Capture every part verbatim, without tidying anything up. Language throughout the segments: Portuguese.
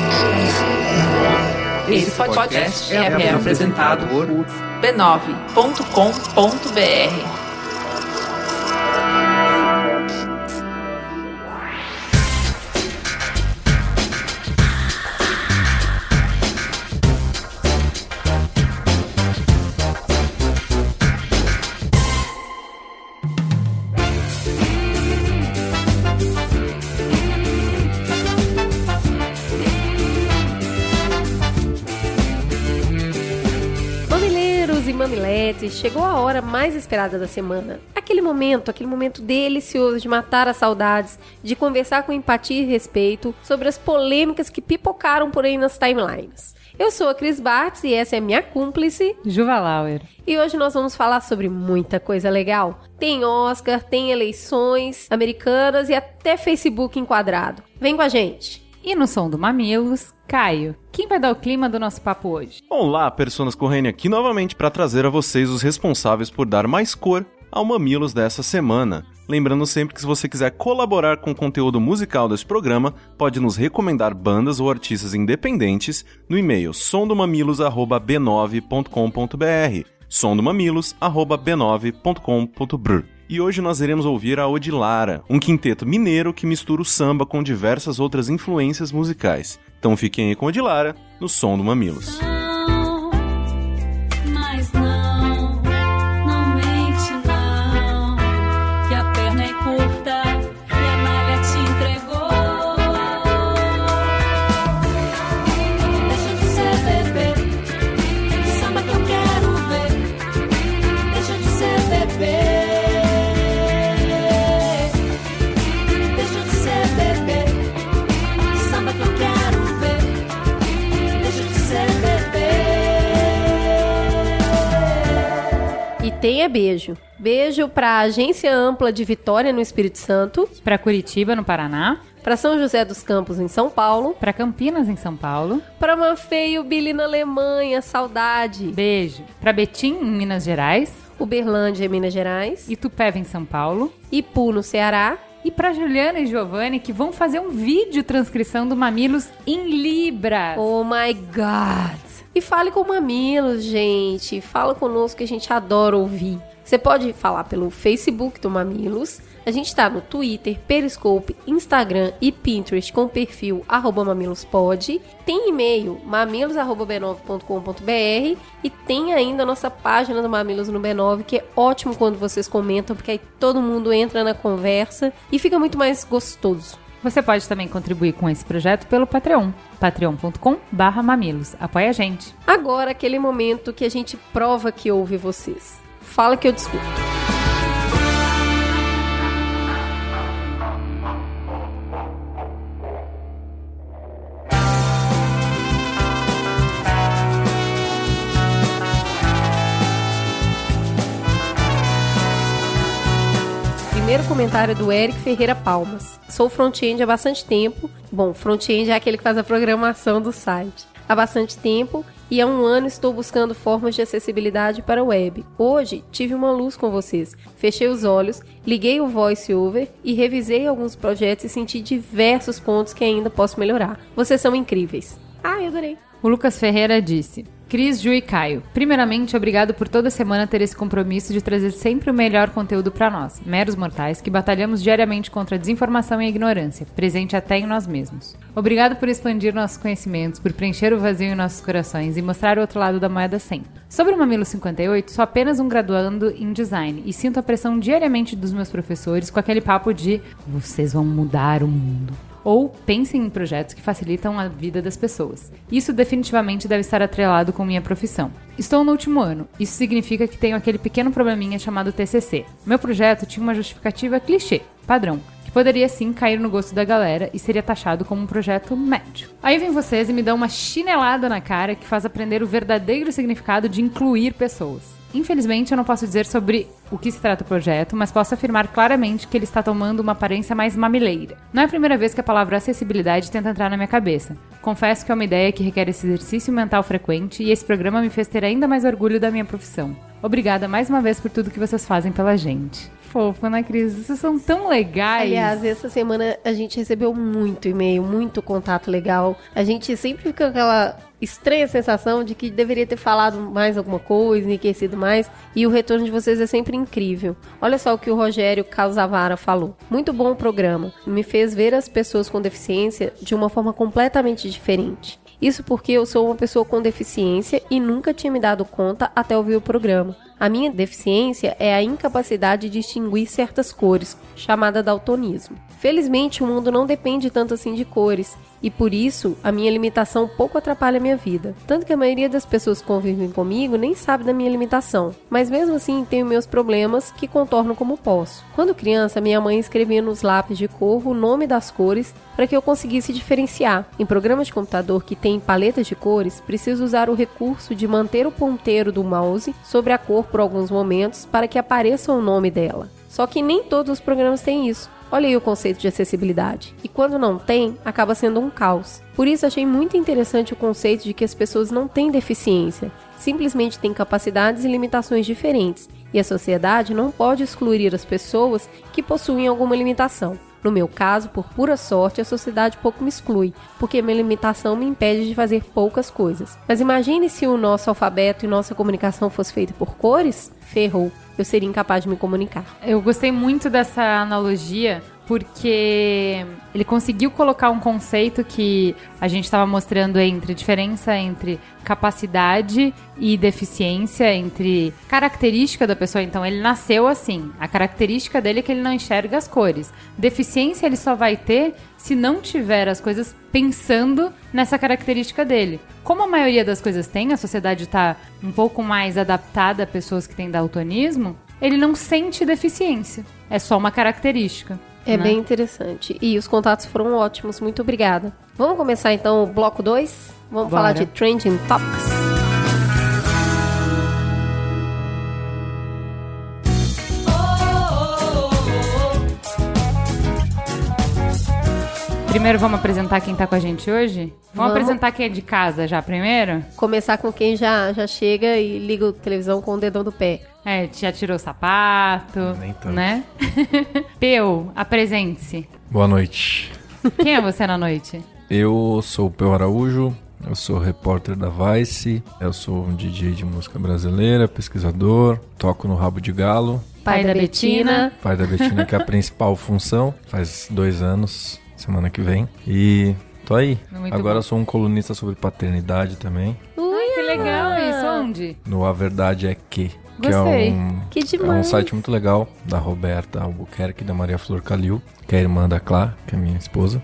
Esse podcast é, é apresentado por b nove ponto com ponto b r. Chegou a hora mais esperada da semana. Aquele momento, aquele momento delicioso de matar as saudades, de conversar com empatia e respeito sobre as polêmicas que pipocaram por aí nas timelines. Eu sou a Cris Bartz e essa é a minha cúmplice, Juva Lauer. E hoje nós vamos falar sobre muita coisa legal. Tem Oscar, tem eleições americanas e até Facebook enquadrado. Vem com a gente! E no som do Mamilos, Caio, quem vai dar o clima do nosso papo hoje? Olá, Personas Corrêne aqui novamente para trazer a vocês os responsáveis por dar mais cor ao Mamilos dessa semana. Lembrando sempre que se você quiser colaborar com o conteúdo musical desse programa, pode nos recomendar bandas ou artistas independentes no e-mail somdomamilos arroba b nove ponto com ponto b r, somdomamilos arroba b nove ponto com ponto b r. E hoje nós iremos ouvir a Odilara, um quinteto mineiro que mistura o samba com diversas outras influências musicais. Então fiquem aí com a Odilara, no som do Mamilos. Tenha beijo. Beijo para a Agência Ampla de Vitória, no Espírito Santo. Para Curitiba, no Paraná. Para São José dos Campos, em São Paulo. Para Campinas, em São Paulo. Para Manfeio Billy, na Alemanha. Saudade. Beijo. Para Betim, em Minas Gerais. Uberlândia, em Minas Gerais. Itupeva, em São Paulo. Ipu, no Ceará. E para Juliana e Giovanni, que vão fazer um vídeo transcrição do Mamilos em Libras. Oh my God! E fale com o Mamilos, gente. Fala conosco que a gente adora ouvir. Você pode falar pelo Facebook do Mamilos. A gente tá no Twitter, Periscope, Instagram e Pinterest com o perfil arroba mamilospod. Tem e-mail mamilos arroba b nove ponto com ponto b r e tem ainda a nossa página do Mamilos no B nove, que é ótimo quando vocês comentam, porque aí todo mundo entra na conversa e fica muito mais gostoso. Você pode também contribuir com esse projeto pelo Patreon, patreon ponto com barra mamilos. Apoie a gente. Agora, aquele momento que a gente prova que ouve vocês. Fala que eu discuto. Primeiro comentário do Eric Ferreira Palmas. Sou front-end há bastante tempo. Bom, front-end é aquele que faz a programação do site. Há bastante tempo e há um ano estou buscando formas de acessibilidade para a web. Hoje tive uma luz com vocês. Fechei os olhos, liguei o VoiceOver e revisei alguns projetos e senti diversos pontos que ainda posso melhorar. Vocês são incríveis. Ah, eu adorei. O Lucas Ferreira disse: Cris, Ju e Caio, primeiramente, obrigado por toda semana ter esse compromisso de trazer sempre o melhor conteúdo para nós, meros mortais, que batalhamos diariamente contra a desinformação e a ignorância, presente até em nós mesmos. Obrigado por expandir nossos conhecimentos, por preencher o vazio em nossos corações e mostrar o outro lado da moeda sempre. Sobre o Mamilo cinquenta e oito, sou apenas um graduando em design e sinto a pressão diariamente dos meus professores com aquele papo de vocês vão mudar o mundo. Ou pensem em projetos que facilitam a vida das pessoas. Isso definitivamente deve estar atrelado com minha profissão. Estou no último ano. Isso significa que tenho aquele pequeno probleminha chamado T C C. Meu projeto tinha uma justificativa clichê, padrão, que poderia sim cair no gosto da galera e seria taxado como um projeto médio. Aí vem vocês e me dão uma chinelada na cara que faz aprender o verdadeiro significado de incluir pessoas. Infelizmente, eu não posso dizer sobre o que se trata o projeto, mas posso afirmar claramente que ele está tomando uma aparência mais mamileira. Não é a primeira vez que a palavra acessibilidade tenta entrar na minha cabeça. Confesso que é uma ideia que requer esse exercício mental frequente e esse programa me fez ter ainda mais orgulho da minha profissão. Obrigada mais uma vez por tudo que vocês fazem pela gente. fofo, né, Cris? Vocês são tão legais. Aliás, essa semana a gente recebeu muito e-mail, muito contato legal. A gente sempre fica com aquela estranha sensação de que deveria ter falado mais alguma coisa, enriquecido mais, e o retorno de vocês é sempre incrível. Olha só o que o Rogério Calzavara falou. Muito bom o programa. Me fez ver as pessoas com deficiência de uma forma completamente diferente. Isso porque eu sou uma pessoa com deficiência e nunca tinha me dado conta até ouvir o programa. A minha deficiência é a incapacidade de distinguir certas cores, chamada daltonismo. Felizmente, o mundo não depende tanto assim de cores, e por isso, a minha limitação pouco atrapalha a minha vida. Tanto que a maioria das pessoas que convivem comigo nem sabe da minha limitação. Mas mesmo assim, tenho meus problemas que contorno como posso. Quando criança, minha mãe escrevia nos lápis de cor o nome das cores para que eu conseguisse diferenciar. Em programas de computador que têm paletas de cores, preciso usar o recurso de manter o ponteiro do mouse sobre a cor por alguns momentos para que apareça o nome dela. Só que nem todos os programas têm isso. Olha aí o conceito de acessibilidade. E quando não tem, acaba sendo um caos. Por isso achei muito interessante o conceito de que as pessoas não têm deficiência, simplesmente têm capacidades e limitações diferentes, e a sociedade não pode excluir as pessoas que possuem alguma limitação. No meu caso, por pura sorte, a sociedade pouco me exclui, porque minha limitação me impede de fazer poucas coisas. Mas imagine se o nosso alfabeto e nossa comunicação fosse feita por cores? Ferrou. Eu seria incapaz de me comunicar. Eu gostei muito dessa analogia, porque ele conseguiu colocar um conceito que a gente estava mostrando entre diferença entre capacidade e deficiência, entre característica da pessoa. Então, ele nasceu assim. A característica dele é que ele não enxerga as cores. Deficiência ele só vai ter se não tiver as coisas pensando nessa característica dele. Como a maioria das coisas tem, a sociedade está um pouco mais adaptada a pessoas que têm daltonismo, ele não sente deficiência. É só uma característica. É, né? Né? Bem interessante. E os contatos foram ótimos. Muito obrigada. Vamos começar então o bloco dois? Vamos Bora. falar de Trending Topics. Primeiro vamos apresentar quem tá com a gente hoje? Vamos, Vamos. apresentar quem é de casa já primeiro? Começar com quem já, já chega e liga a televisão com o dedão do pé. É, já tirou o sapato, Nem tanto. né? Peu, apresente-se. Boa noite. Quem é você na noite? Eu sou o Peu Araújo, eu sou repórter da Vice, eu sou um D J de música brasileira, pesquisador, toco no Rabo de Galo, Pai, Pai da, da Betina. Betina. pai da Betina, que é a principal função, faz dois anos, semana que vem, e tô aí. Muito Agora bom. eu sou um colunista sobre paternidade também, Ai, que legal isso. Onde? no A Verdade é Que. Que é, Gostei. um, Que é um demais. site muito legal, da Roberta Albuquerque e da Maria Flor Calil, que é a irmã da Clá, que é minha esposa.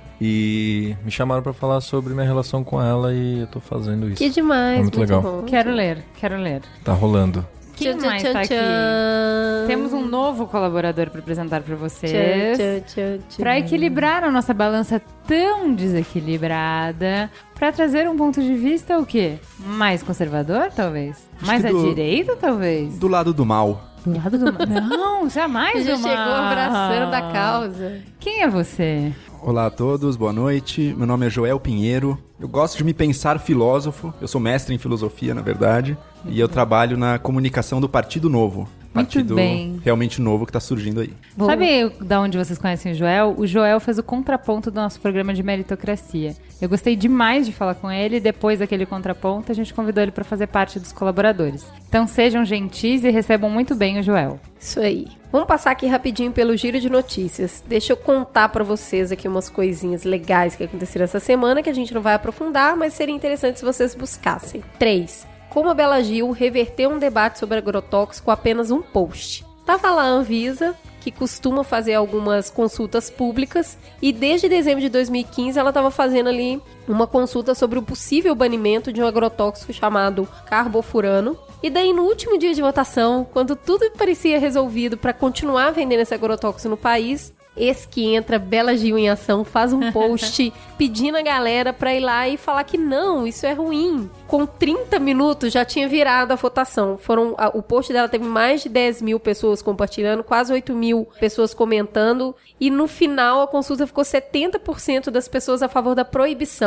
E me chamaram pra falar sobre minha relação com ela e eu tô fazendo isso. Que demais. É muito legal. Bom. Quero ler, quero ler. Tá rolando. Quem Tchan, mais tchan, tá aqui? tchan. Temos um novo colaborador para apresentar para vocês. Tchan, tchan, tchan. Para equilibrar a nossa balança tão desequilibrada, para trazer um ponto de vista o quê? Mais conservador, talvez? Mais que à do- direita, talvez? Do lado do mal. Do lado do mal. Não, jamais Já do mal. chegou abraçando a causa. Quem é você? Olá a todos, boa noite. Meu nome é Joel Pinheiro. Eu gosto de me pensar filósofo. Eu sou mestre em filosofia, na verdade. E eu trabalho na comunicação do Partido Novo. Partido bem. realmente novo que tá surgindo aí. Bom. Sabe da onde vocês conhecem o Joel? O Joel fez o contraponto do nosso programa de meritocracia. Eu gostei demais de falar com ele e depois daquele contraponto a gente convidou ele para fazer parte dos colaboradores. Então sejam gentis e recebam muito bem o Joel. Isso aí. Vamos passar aqui rapidinho pelo giro de notícias. Deixa eu contar pra vocês aqui umas coisinhas legais que aconteceram essa semana, que a gente não vai aprofundar, mas seria interessante se vocês buscassem. três. Como a Bela Gil reverteu um debate sobre agrotóxico com apenas um post. Tava lá a Anvisa, que costuma fazer algumas consultas públicas, e desde dezembro de dois mil e quinze ela estava fazendo ali uma consulta sobre o possível banimento de um agrotóxico chamado carbofurano. E daí, no último dia de votação, quando tudo parecia resolvido para continuar vendendo esse agrotóxico no país, eis que entra Bela Gil em ação, faz um post pedindo a galera pra ir lá e falar que não, isso é ruim. Com trinta minutos já tinha virado a votação. Foram, a, o post dela teve mais de dez mil pessoas compartilhando, quase oito mil pessoas comentando. E no final a consulta ficou setenta por cento das pessoas a favor da proibição.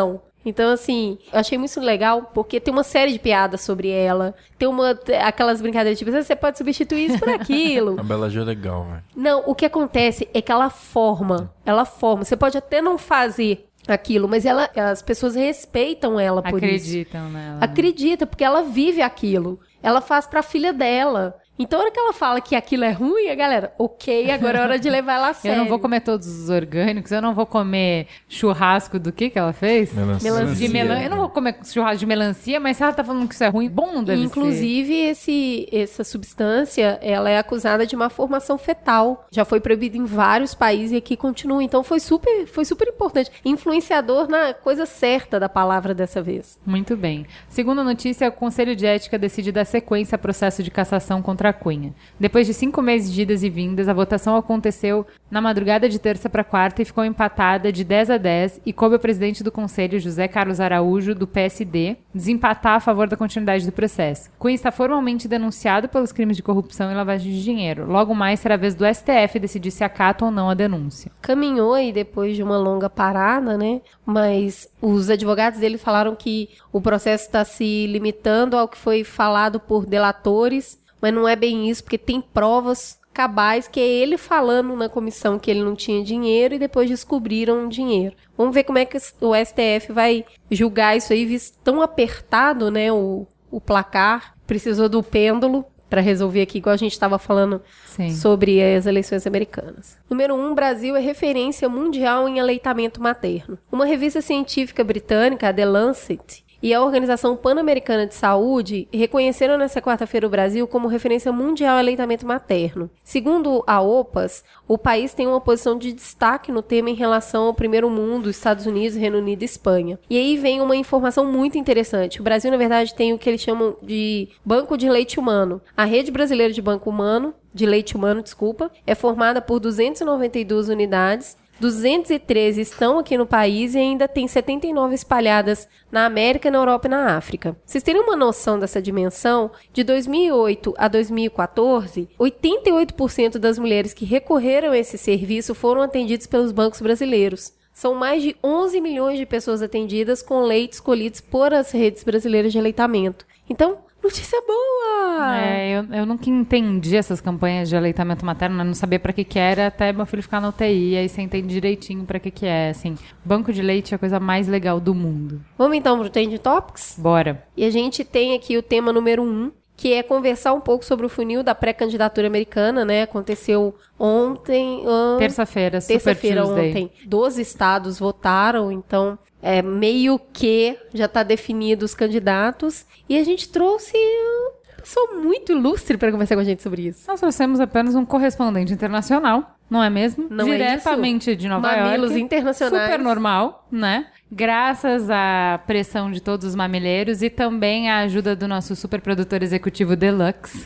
Então, assim, eu achei muito legal, porque tem uma série de piadas sobre ela. Tem uma, aquelas brincadeiras, tipo, você pode substituir isso por aquilo. A Bela Gil é legal, velho. Não, o que acontece é que ela forma, ela forma. Você pode até não fazer aquilo, mas ela, as pessoas respeitam ela por Acreditam isso. Acreditam nela. Acredita, porque ela vive aquilo. Ela faz pra filha dela. Então, na hora que ela fala que aquilo é ruim, a galera, ok, agora é hora de levar ela a sério. Eu não vou comer todos os orgânicos, eu não vou comer churrasco do que que ela fez? Melancia. Melancia. De melan... Eu não vou comer churrasco de melancia, mas se ela tá falando que isso é ruim, bom não deve Inclusive, ser. Esse, essa substância, ela é acusada de má formação fetal. Já foi proibida em vários países e aqui continua. Então, foi super, foi super importante. Influenciador na coisa certa da palavra dessa vez. Muito bem. Segunda notícia, o Conselho de Ética decide dar sequência ao processo de cassação contra a Cunha. Depois de cinco meses de idas e vindas, a votação aconteceu na madrugada de terça para quarta e ficou empatada de dez a dez e coube ao presidente do Conselho, José Carlos Araújo, do P S D, desempatar a favor da continuidade do processo. Cunha está formalmente denunciado pelos crimes de corrupção e lavagem de dinheiro. Logo mais será a vez do S T F decidir se acata ou não a denúncia. Caminhou aí depois de uma longa parada, né? Mas os advogados dele falaram que o processo está se limitando ao que foi falado por delatores, mas não é bem isso, porque tem provas cabais que é ele falando na comissão que ele não tinha dinheiro e depois descobriram dinheiro. Vamos ver como é que o S T F vai julgar isso aí, visto tão apertado, né, o, o placar. Precisou do pêndulo para resolver aqui, igual a gente estava falando Sim. sobre as eleições americanas. Número um, Brasil é referência mundial em aleitamento materno. Uma revista científica britânica, a The Lancet, e a Organização Pan-Americana de Saúde reconheceram nesta quarta-feira o Brasil como referência mundial em aleitamento materno. Segundo a OPAS, o país tem uma posição de destaque no tema em relação ao primeiro mundo, Estados Unidos, Reino Unido e Espanha. E aí vem uma informação muito interessante. O Brasil, na verdade, tem o que eles chamam de Banco de Leite Humano. A Rede Brasileira de Banco Humano, de Leite Humano, desculpa, é formada por duzentas e noventa e duas unidades, duzentas e treze estão aqui no país e ainda tem setenta e nove espalhadas na América, na Europa e na África. Vocês terem uma noção dessa dimensão, de dois mil e oito a dois mil e quatorze, oitenta e oito por cento das mulheres que recorreram a esse serviço foram atendidas pelos bancos brasileiros. São mais de onze milhões de pessoas atendidas com leite escolhidos por as redes brasileiras de aleitamento. Então, notícia boa! É, eu, eu nunca entendi essas campanhas de aleitamento materno, eu não sabia pra que que era, até meu filho ficar na U T I, aí você entende direitinho pra que que é, assim. Banco de leite é a coisa mais legal do mundo. Vamos então pro Trend Topics? Bora. E a gente tem aqui o tema número um, que é conversar um pouco sobre o funil da pré-candidatura americana, né? Aconteceu ontem... Uh, Terça-feira, Super Terça-feira Tuesday. ontem. doze estados votaram, então... É, meio que já está definido os candidatos. E a gente trouxe uma pessoa muito ilustre para conversar com a gente sobre isso. Nós trouxemos apenas um correspondente internacional, não é mesmo? Não é Diretamente isso? de Nova Mamilos York. internacionais. Super normal, né? Graças à pressão de todos os mamileiros e também à ajuda do nosso super produtor executivo Deluxe,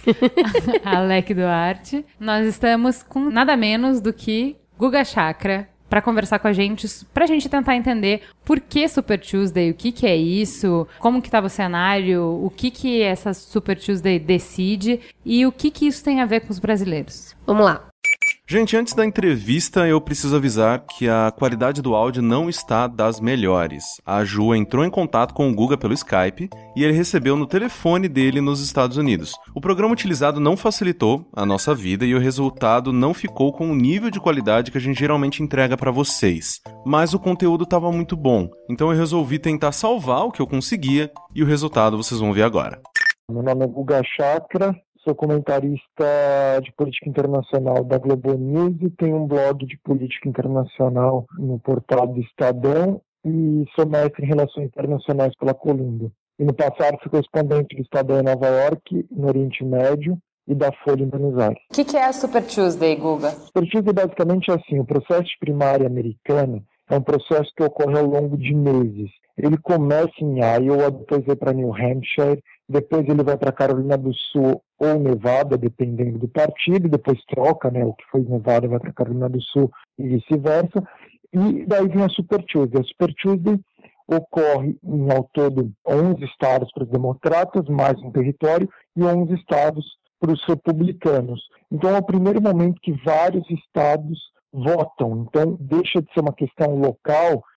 Alec Duarte, nós estamos com nada menos do que Guga Chakra para conversar com a gente, pra gente tentar entender por que Super Tuesday, o que que é isso, como que estava o cenário, o que que essa Super Tuesday decide e o que que isso tem a ver com os brasileiros. Vamos lá. Gente, antes da entrevista, eu preciso avisar que a qualidade do áudio não está das melhores. A Ju entrou em contato com o Guga pelo Skype e ele recebeu no telefone dele nos Estados Unidos. O programa utilizado não facilitou a nossa vida e o resultado não ficou com o nível de qualidade que a gente geralmente entrega para vocês. Mas o conteúdo estava muito bom, então eu resolvi tentar salvar o que eu conseguia e o resultado vocês vão ver agora. Meu nome é Guga Chakra. Sou comentarista de política internacional da Globo News e tenho um blog de política internacional no portal do Estadão e sou mestre em relações internacionais pela Columbia. E no passado fui correspondente do Estadão em Nova York, no Oriente Médio, e da Folha em Buenos Aires. O que, que é a Super Tuesday, Guga? Super Tuesday basicamente é assim, o processo de primária americana é um processo que ocorre ao longo de meses. Ele começa em Iowa, depois vai para New Hampshire, depois ele vai para Carolina do Sul ou Nevada, dependendo do partido, depois troca, né, o que foi Nevada vai para Carolina do Sul e vice-versa, e daí vem a Super Tuesday. A Super Tuesday ocorre em ao todo onze estados para os democratas, mais um território, e onze estados para os republicanos. Então é o primeiro momento que vários estados votam, então deixa de ser uma questão local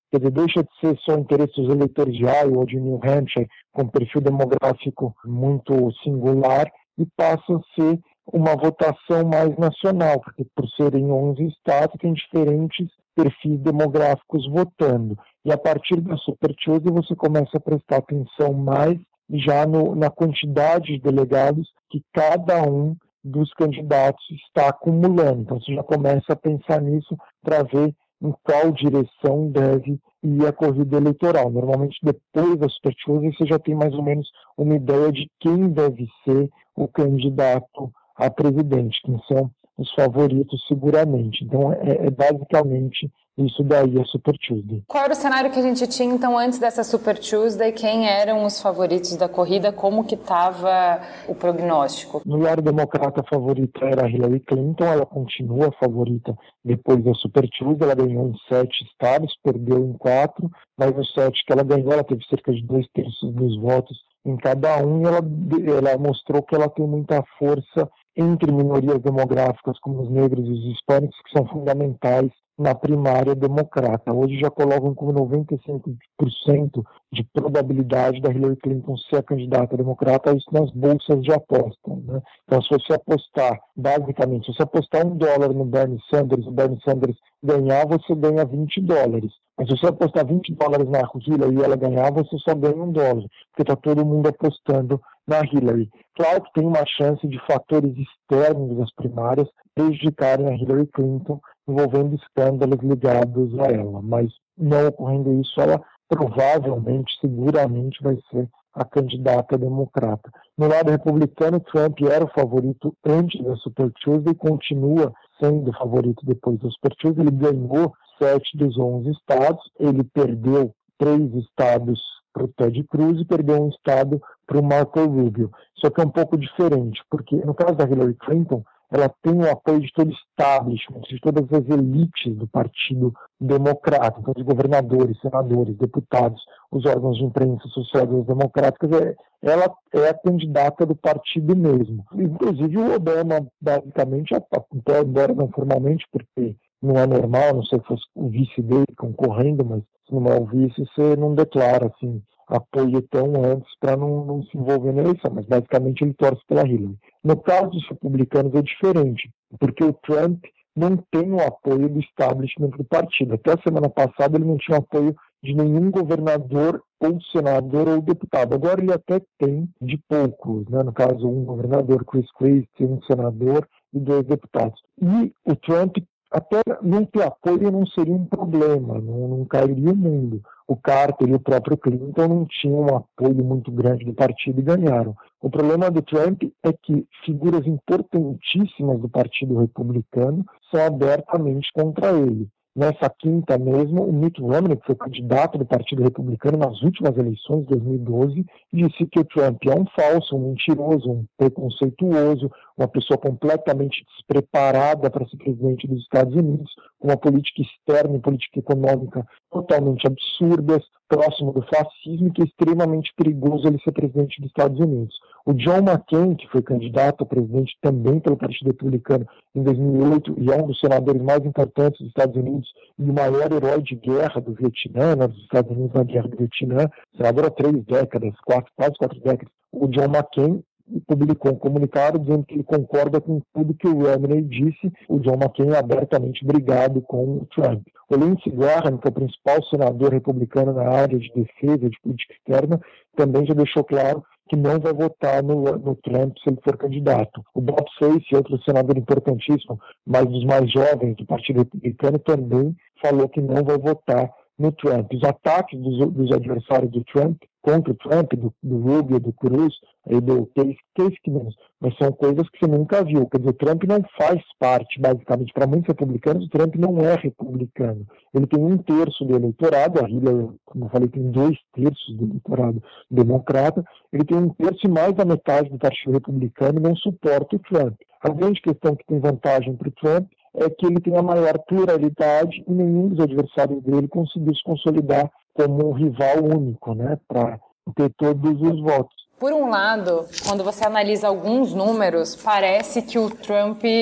Quer dizer, deixa de ser só interesse dos eleitores de Iowa ou de New Hampshire, com perfil demográfico muito singular, e passa a ser uma votação mais nacional, porque por serem onze estados, tem diferentes perfis demográficos votando. E a partir da Super Tuesday você começa a prestar atenção mais já no, na quantidade de delegados que cada um dos candidatos está acumulando. Então você já começa a pensar nisso para ver em qual direção deve ir a corrida eleitoral. Normalmente depois da Super Tuesday você já tem mais ou menos uma ideia de quem deve ser o candidato a presidente, quem são os favoritos seguramente. Então é, é basicamente isso daí, a Super Tuesday. Qual era o cenário que a gente tinha então antes dessa Super Tuesday? Quem eram os favoritos da corrida? Como que estava o prognóstico? No lado democrata, a favorita era a Hillary Clinton. Ela continua favorita depois da Super Tuesday. Ela ganhou em sete estados, perdeu em quatro, mas nos sete que ela ganhou, ela teve cerca de dois terços dos votos em cada um, e ela, ela mostrou que ela tem muita força entre minorias demográficas como os negros e os hispânicos, que são fundamentais na primária democrata. Hoje já colocam com noventa e cinco por cento de probabilidade da Hillary Clinton ser a candidata democrata, isso nas bolsas de aposta, né? Então, se você apostar, basicamente, se você apostar um dólar no Bernie Sanders, o Bernie Sanders ganhar, você ganha vinte dólares. Mas se você apostar vinte dólares na Hillary e ela ganhar, você só ganha um dólar, porque está todo mundo apostando na Hillary. Claro que tem uma chance de fatores externos das primárias prejudicarem a Hillary Clinton, envolvendo escândalos ligados a ela, mas não ocorrendo isso, ela provavelmente, seguramente vai ser a candidata democrata. No lado republicano, Trump era o favorito antes da Super Tuesday e continua sendo o favorito depois da Super Tuesday. Ele ganhou sete dos onze estados, ele perdeu três estados para o Ted Cruz e perdeu um estado para o Marco Rubio. Só que é um pouco diferente, porque no caso da Hillary Clinton, ela tem o apoio de todo o establishment, de todas as elites do Partido Democrata, então de governadores, senadores, deputados, os órgãos de imprensa associados democráticas. Ela é a candidata do partido mesmo. Inclusive o Obama, basicamente, até embora não formalmente, porque não é normal, não sei se fosse o vice dele concorrendo, mas se não é o vice, você não declara assim apoio tão antes para não, não se envolver na eleição, mas basicamente ele torce pela Hillary. No caso dos republicanos é diferente, porque o Trump não tem o apoio do establishment do partido. Até a semana passada ele não tinha apoio de nenhum governador ou senador ou deputado. Agora ele até tem de poucos, né? No caso um governador, Chris Christie, um senador e dois deputados. E o Trump, até não ter apoio não seria um problema, não, não cairia o mundo. O Carter e o próprio Clinton não tinham um apoio muito grande do partido e ganharam. O problema do Trump é que figuras importantíssimas do Partido Republicano são abertamente contra ele. Nessa quinta mesmo, o Mitt Romney, que foi candidato do Partido Republicano nas últimas eleições de dois mil e doze, disse que o Trump é um falso, um mentiroso, um preconceituoso, uma pessoa completamente despreparada para ser presidente dos Estados Unidos, com uma política externa e política econômica totalmente absurdas, próximo do fascismo, e que é extremamente perigoso ele ser presidente dos Estados Unidos. O John McCain, que foi candidato a presidente também pelo Partido Republicano em dois mil e oito, e é um dos senadores mais importantes dos Estados Unidos, e o maior herói de guerra do Vietnã, né, dos Estados Unidos na guerra do Vietnã, senador há três décadas, quatro, quase quatro décadas. O John McCain publicou um comunicado dizendo que ele concorda com tudo que o Romney disse. O John McCain é abertamente brigado com o Trump. O Lindsey Graham, que é o principal senador republicano na área de defesa, de política externa, também já deixou claro que não vai votar no, no Trump se ele for candidato. O Bob Sasse, outro senador importantíssimo, mas dos mais jovens do Partido Republicano, também falou que não vai votar no Trump. Os ataques dos, dos adversários do Trump contra o Trump, do, do Rubio, do Cruz, e do Case, Case que menos, mas são coisas que você nunca viu. Quer dizer, o Trump não faz parte, basicamente, para muitos republicanos, o Trump não é republicano. Ele tem um terço do eleitorado, a Hillary, como eu falei, tem dois terços do eleitorado democrata, ele tem um terço e mais da metade do Partido Republicano não suporta o Trump. A grande questão que tem vantagem para o Trump é que ele tem a maior pluralidade e nenhum dos adversários dele conseguiu se consolidar como um rival único, né, para ter todos os votos. Por um lado, quando você analisa alguns números, parece que o Trump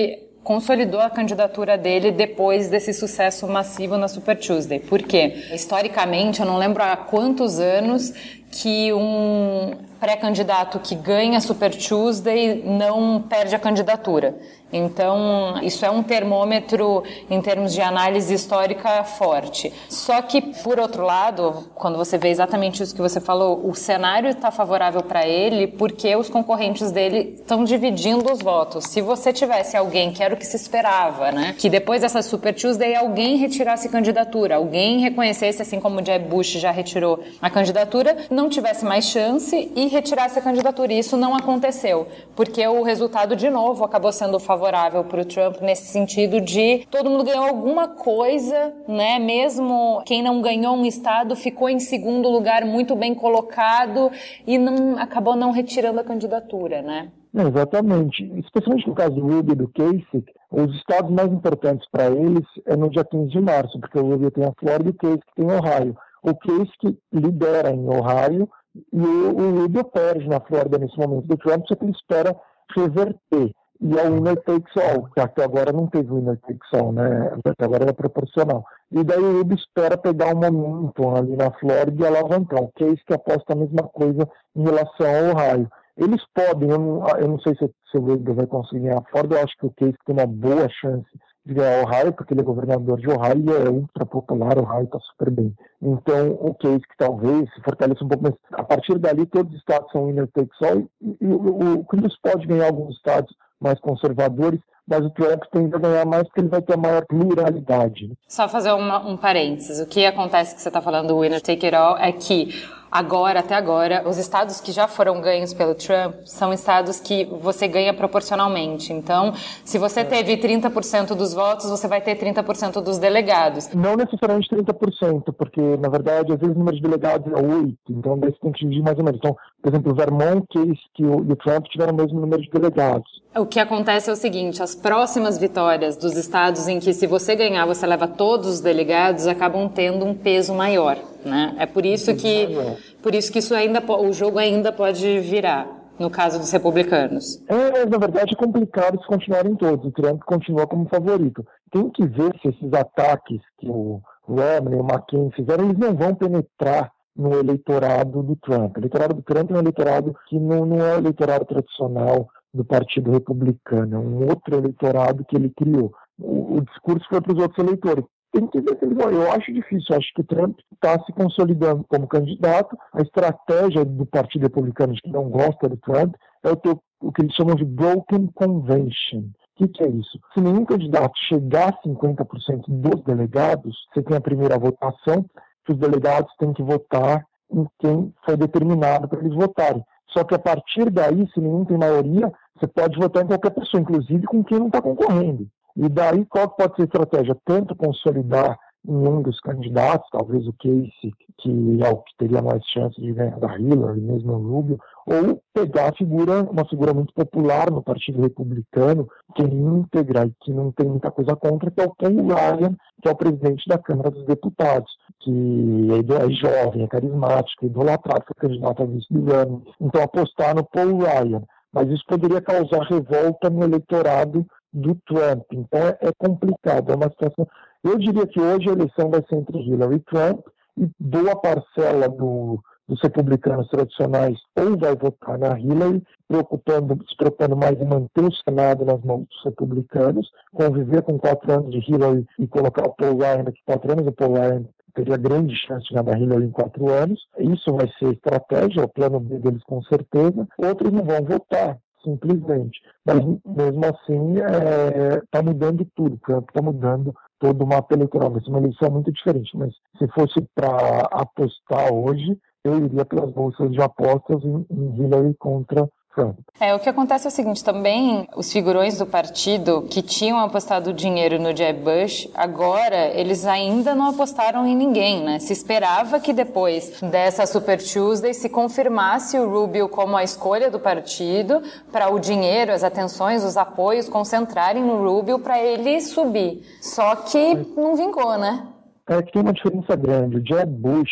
consolidou a candidatura dele depois desse sucesso massivo na Super Tuesday. Por quê? Historicamente, eu não lembro há quantos anos que um pré-candidato que ganha Super Tuesday não perde a candidatura. Então, isso é um termômetro em termos de análise histórica forte. Só que, por outro lado, quando você vê exatamente isso que você falou, o cenário está favorável para ele porque os concorrentes dele estão dividindo os votos. Se você tivesse alguém, que era o que se esperava, né, que depois dessa Super Tuesday alguém retirasse candidatura, alguém reconhecesse, assim como o Jeb Bush já retirou a candidatura, não tivesse mais chance e retirasse a candidatura. E isso não aconteceu, porque o resultado, de novo, acabou sendo favorável para o Trump nesse sentido de todo mundo ganhou alguma coisa, né? Mesmo quem não ganhou um estado ficou em segundo lugar muito bem colocado e não, acabou não retirando a candidatura, né? Não, exatamente. Especialmente no caso do Rubio e do Kasich, os estados mais importantes para eles é no dia quinze de março, porque o Rubio tem a Flórida e o Kasich tem Ohio. O Kasich lidera em Ohio e o, o Rubio perde na Flórida nesse momento do Trump, só que ele espera reverter. E é o winner takes all, que até agora não teve winner takes all, né? Até agora era proporcional. E daí o Rubio espera pegar um momentum ali na Flórida e alavancar. O Kasich que aposta a mesma coisa em relação ao Ohio. Eles podem, eu não, eu não sei se, se o Rubio vai conseguir ganhar a Flórida, eu acho que o Kasich tem uma boa chance de ganhar o Ohio, porque ele é governador de Ohio e é ultra popular, o Ohio está super bem. Então, o Kasich talvez se fortaleça um pouco, mas a partir dali todos os estados são winner takes all e, e o, o Cruz pode ganhar alguns estados mais conservadores, mas o Trump tende a ganhar mais porque ele vai ter a maior pluralidade. Só fazer uma, um parênteses. O que acontece que você está falando do winner take it all é que agora, até agora, os estados que já foram ganhos pelo Trump são estados que você ganha proporcionalmente. Então, se você teve trinta por cento dos votos, você vai ter trinta por cento dos delegados. Não necessariamente trinta por cento, porque, na verdade, às vezes o número de delegados é oito, então daí você tem que dividir mais ou menos. Então, por exemplo, o Vermont, Kasich e o Trump tiveram o mesmo número de delegados. O que acontece é o seguinte, as próximas vitórias dos estados em que, se você ganhar, você leva todos os delegados, acabam tendo um peso maior, né? É por isso que, por isso que isso ainda, o jogo ainda pode virar, no caso dos republicanos. É, na verdade, é complicado se continuarem todos. O Trump continua como favorito. Tem que ver se esses ataques que o Romney e o McCain fizeram, eles não vão penetrar no eleitorado do Trump. O eleitorado do Trump é um eleitorado que não, não é o eleitorado tradicional do Partido Republicano, é um outro eleitorado que ele criou. O, o discurso foi para os outros eleitores. Tem que ver se eles vão. Eu acho difícil, eu acho que o Trump está se consolidando como candidato. A estratégia do Partido Republicano, que não gosta do Trump, é o, teu, o que eles chamam de broken convention. O que, que é isso? Se nenhum candidato chegar a cinquenta por cento dos delegados, você tem a primeira votação, que os delegados têm que votar em quem foi determinado para eles votarem. Só que a partir daí, se nenhum tem maioria, você pode votar em qualquer pessoa, inclusive com quem não está concorrendo. E daí qual pode ser a estratégia? Tanto consolidar em um dos candidatos, talvez o Kasich, que é o que teria mais chance de ganhar da Hillary, mesmo o Rubio, ou pegar a figura, uma figura muito popular no Partido Republicano, que é íntegra e que não tem muita coisa contra, que é o Paul Ryan, que é o presidente da Câmara dos Deputados, que é jovem, é carismático, é idolatrado, foi candidato a vice do ano. Então apostar no Paul Ryan, mas isso poderia causar revolta no eleitorado do Trump. Então é, é complicado, é uma situação. Eu diria que hoje a eleição vai ser entre Hillary e Trump, e boa parcela do, dos republicanos tradicionais ou vai votar na Hillary, preocupando, se preocupando mais em manter o Senado nas mãos dos republicanos, conviver com quatro anos de Hillary e colocar o Paul Ryan daqui quatro anos, o Paul Ryan teria grande chance de ganhar da Hillary em quatro anos. Isso vai ser estratégia, é o plano B deles com certeza. Outros não vão votar, simplesmente. Mas, mesmo assim, está é, mudando tudo. Trump está mudando todo o mapa eleitoral. Vai ser uma eleição muito diferente. Mas se fosse para apostar hoje, eu iria pelas bolsas de apostas em, em Hillary contra Trump. É, o que acontece é o seguinte, também os figurões do partido que tinham apostado dinheiro no Jeb Bush, agora eles ainda não apostaram em ninguém, né? Se esperava que depois dessa Super Tuesday se confirmasse o Rubio como a escolha do partido para o dinheiro, as atenções, os apoios concentrarem no Rubio para ele subir. Só que não vingou, né? É que tem uma diferença grande. O Jeb Bush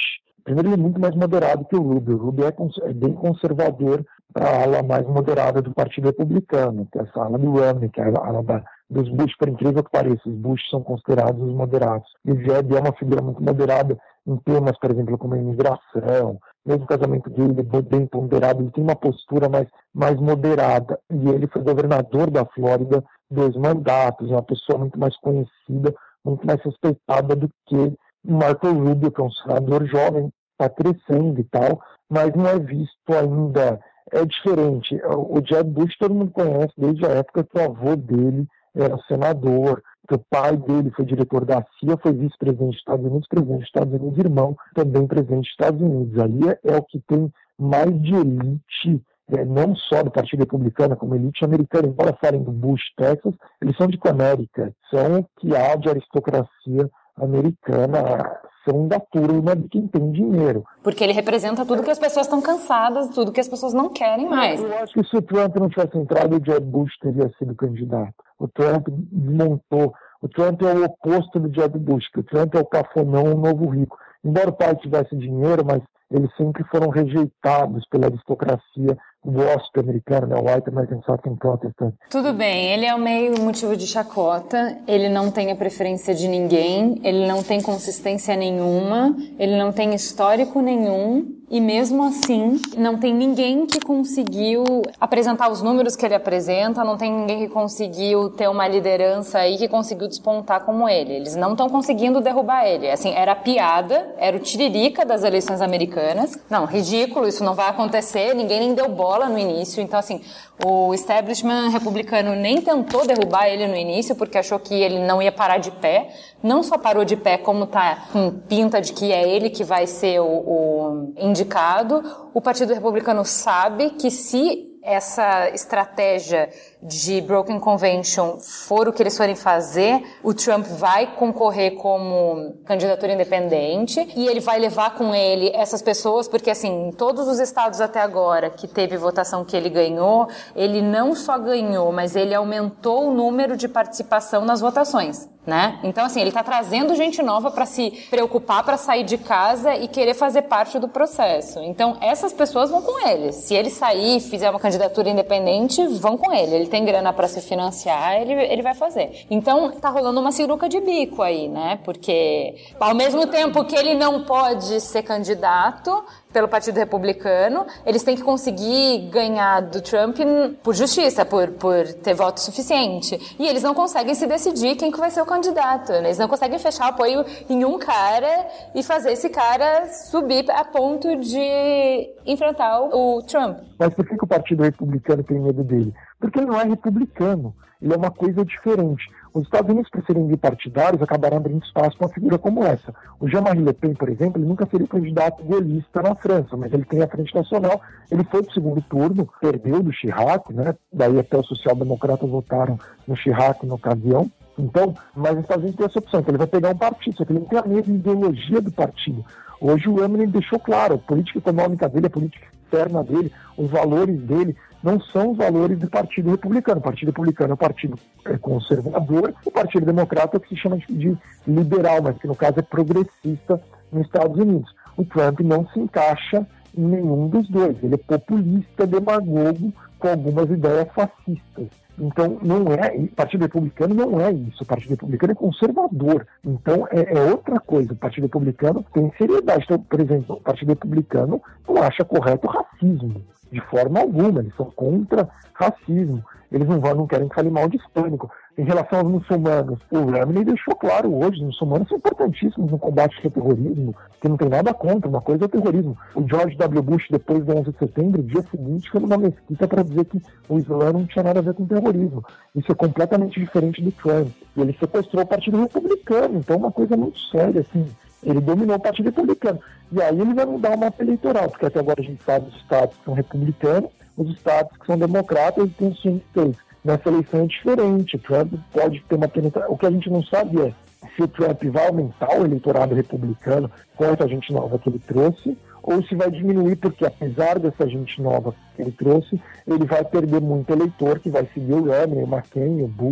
Primeiro, ele é muito mais moderado que o Rubio. O Rubio é, cons- é bem conservador para a ala mais moderada do Partido Republicano, que é essa ala do Romney, que é a ala da, dos Bush, por incrível que pareça. Os Bush são considerados os moderados. E o Jeb é uma figura muito moderada em temas, por exemplo, como a imigração, mesmo o casamento dele é bem ponderado, ele tem uma postura mais, mais moderada. E ele foi governador da Flórida dois mandatos, é uma pessoa muito mais conhecida, muito mais respeitada do que o Marco Rubio, que é um senador jovem, está crescendo e tal, mas não é visto ainda, é diferente. O Jeb Bush todo mundo conhece desde a época que o avô dele era senador, que o pai dele foi diretor da C I A, foi vice-presidente dos Estados Unidos, presidente dos Estados Unidos, irmão também presidente dos Estados Unidos. Ali é, é o que tem mais de elite, é, não só do Partido Republicano, como elite americana. Embora falem do Bush, Texas, eles são de Conérica, são o que há de aristocracia americana, são da turma de quem tem dinheiro. Porque ele representa tudo que as pessoas estão cansadas, tudo que as pessoas não querem mais. Eu acho que se o Trump não tivesse entrado, o Jeb Bush teria sido candidato. O Trump desmontou. O Trump é o oposto do Jeb Bush, que o Trump é o cafonão, o novo rico. Embora o pai tivesse dinheiro, mas eles sempre foram rejeitados pela aristocracia gospel americana, né? White American Southern Protestant. Tudo bem, ele é o meio motivo de chacota, ele não tem a preferência de ninguém, ele não tem consistência nenhuma, ele não tem histórico nenhum, e mesmo assim, não tem ninguém que conseguiu apresentar os números que ele apresenta, não tem ninguém que conseguiu ter uma liderança aí que conseguiu despontar como ele. Eles não estão conseguindo derrubar ele. Assim, era piada, era o tiririca das eleições americanas. Não, ridículo, isso não vai acontecer, ninguém nem deu bola no início. Então, assim, o establishment republicano nem tentou derrubar ele no início, porque achou que ele não ia parar de pé. Não só parou de pé, como tá com pinta de que é ele que vai ser o, o indicado. O Partido Republicano sabe que se essa estratégia de Broken Convention for o que eles forem fazer, o Trump vai concorrer como candidatura independente e ele vai levar com ele essas pessoas, porque assim, em todos os estados até agora que teve votação que ele ganhou, ele não só ganhou, mas ele aumentou o número de participação nas votações, né? Então assim, ele está trazendo gente nova para se preocupar, para sair de casa e querer fazer parte do processo. Então essas pessoas vão com ele. Se ele sair e fizer uma candidatura independente, vão com ele. Ele tem grana para se financiar, ele, ele vai fazer. Então, tá rolando uma sinuca de bico aí, né? Porque, ao mesmo tempo que ele não pode ser candidato pelo Partido Republicano, eles têm que conseguir ganhar do Trump por justiça, por, por ter voto suficiente. E eles não conseguem se decidir quem que vai ser o candidato. Eles não conseguem fechar apoio em um cara e fazer esse cara subir a ponto de enfrentar o, o Trump. Mas por que, que o Partido Republicano tem medo dele? Porque ele não é republicano, ele é uma coisa diferente. Os Estados Unidos, por serem bipartidários, acabaram abrindo espaço para uma figura como essa. O Jean-Marie Le Pen, por exemplo, ele nunca seria candidato golista na França, mas ele tem a Frente Nacional, ele foi para o segundo turno, perdeu do Chirac, né? Daí até os social-democratas votaram no Chirac na ocasião. Então, mas os Estados Unidos tem essa opção, então ele vai pegar um partido, só que ele não tem a mesma ideologia do partido. Hoje o Romney deixou claro, a política econômica dele, a política externa dele, os valores dele, não são os valores do Partido Republicano. O Partido Republicano é um partido conservador, o Partido Democrata é o que se chama de liberal, mas que no caso é progressista nos Estados Unidos. O Trump não se encaixa em nenhum dos dois. Ele é populista, demagogo, com algumas ideias fascistas. Então, não é, o Partido Republicano não é isso. O Partido Republicano é conservador. Então, é, é outra coisa. O Partido Republicano tem seriedade. Então, por exemplo, o Partido Republicano não acha correto o racismo. De forma alguma. Eles são contra racismo. Eles não, vão, não querem que fale mal de hispânico. Em relação aos muçulmanos, o Romney deixou claro hoje, os muçulmanos são importantíssimos no combate ao terrorismo, que não tem nada contra, uma coisa é o terrorismo. O George W. Bush, depois do onze de setembro, dia seguinte, foi numa mesquita para dizer que o Islã não tinha nada a ver com terrorismo. Isso é completamente diferente do Trump. E ele sequestrou o Partido Republicano, então é uma coisa muito séria, assim. Ele dominou o Partido Republicano. E aí ele vai mudar o mapa eleitoral, porque até agora a gente sabe os estados que são republicanos, os estados que são democratas e tem os swing states. Nessa eleição é diferente. O Trump pode ter uma penetração. O que a gente não sabe é se o Trump vai aumentar o eleitorado republicano com essa gente nova que ele trouxe, ou se vai diminuir, porque apesar dessa gente nova que ele trouxe, ele vai perder muito eleitor que vai seguir o Romney, o McCain, o Bush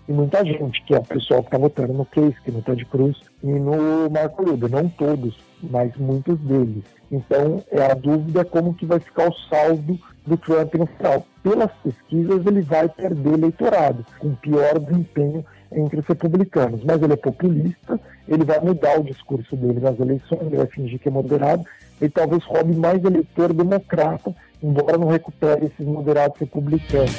e muita gente, que é o pessoal que está votando no Kasich, no Ted Cruz e no Marco Rubio. Não todos, mas muitos deles. Então, é a dúvida como que vai ficar o saldo do Trump no final. Pelas pesquisas, ele vai perder eleitorado, com pior desempenho entre os republicanos. Mas ele é populista, ele vai mudar o discurso dele nas eleições, ele vai fingir que é moderado, e talvez roube mais eleitor democrata, embora não recupere esses moderados republicanos.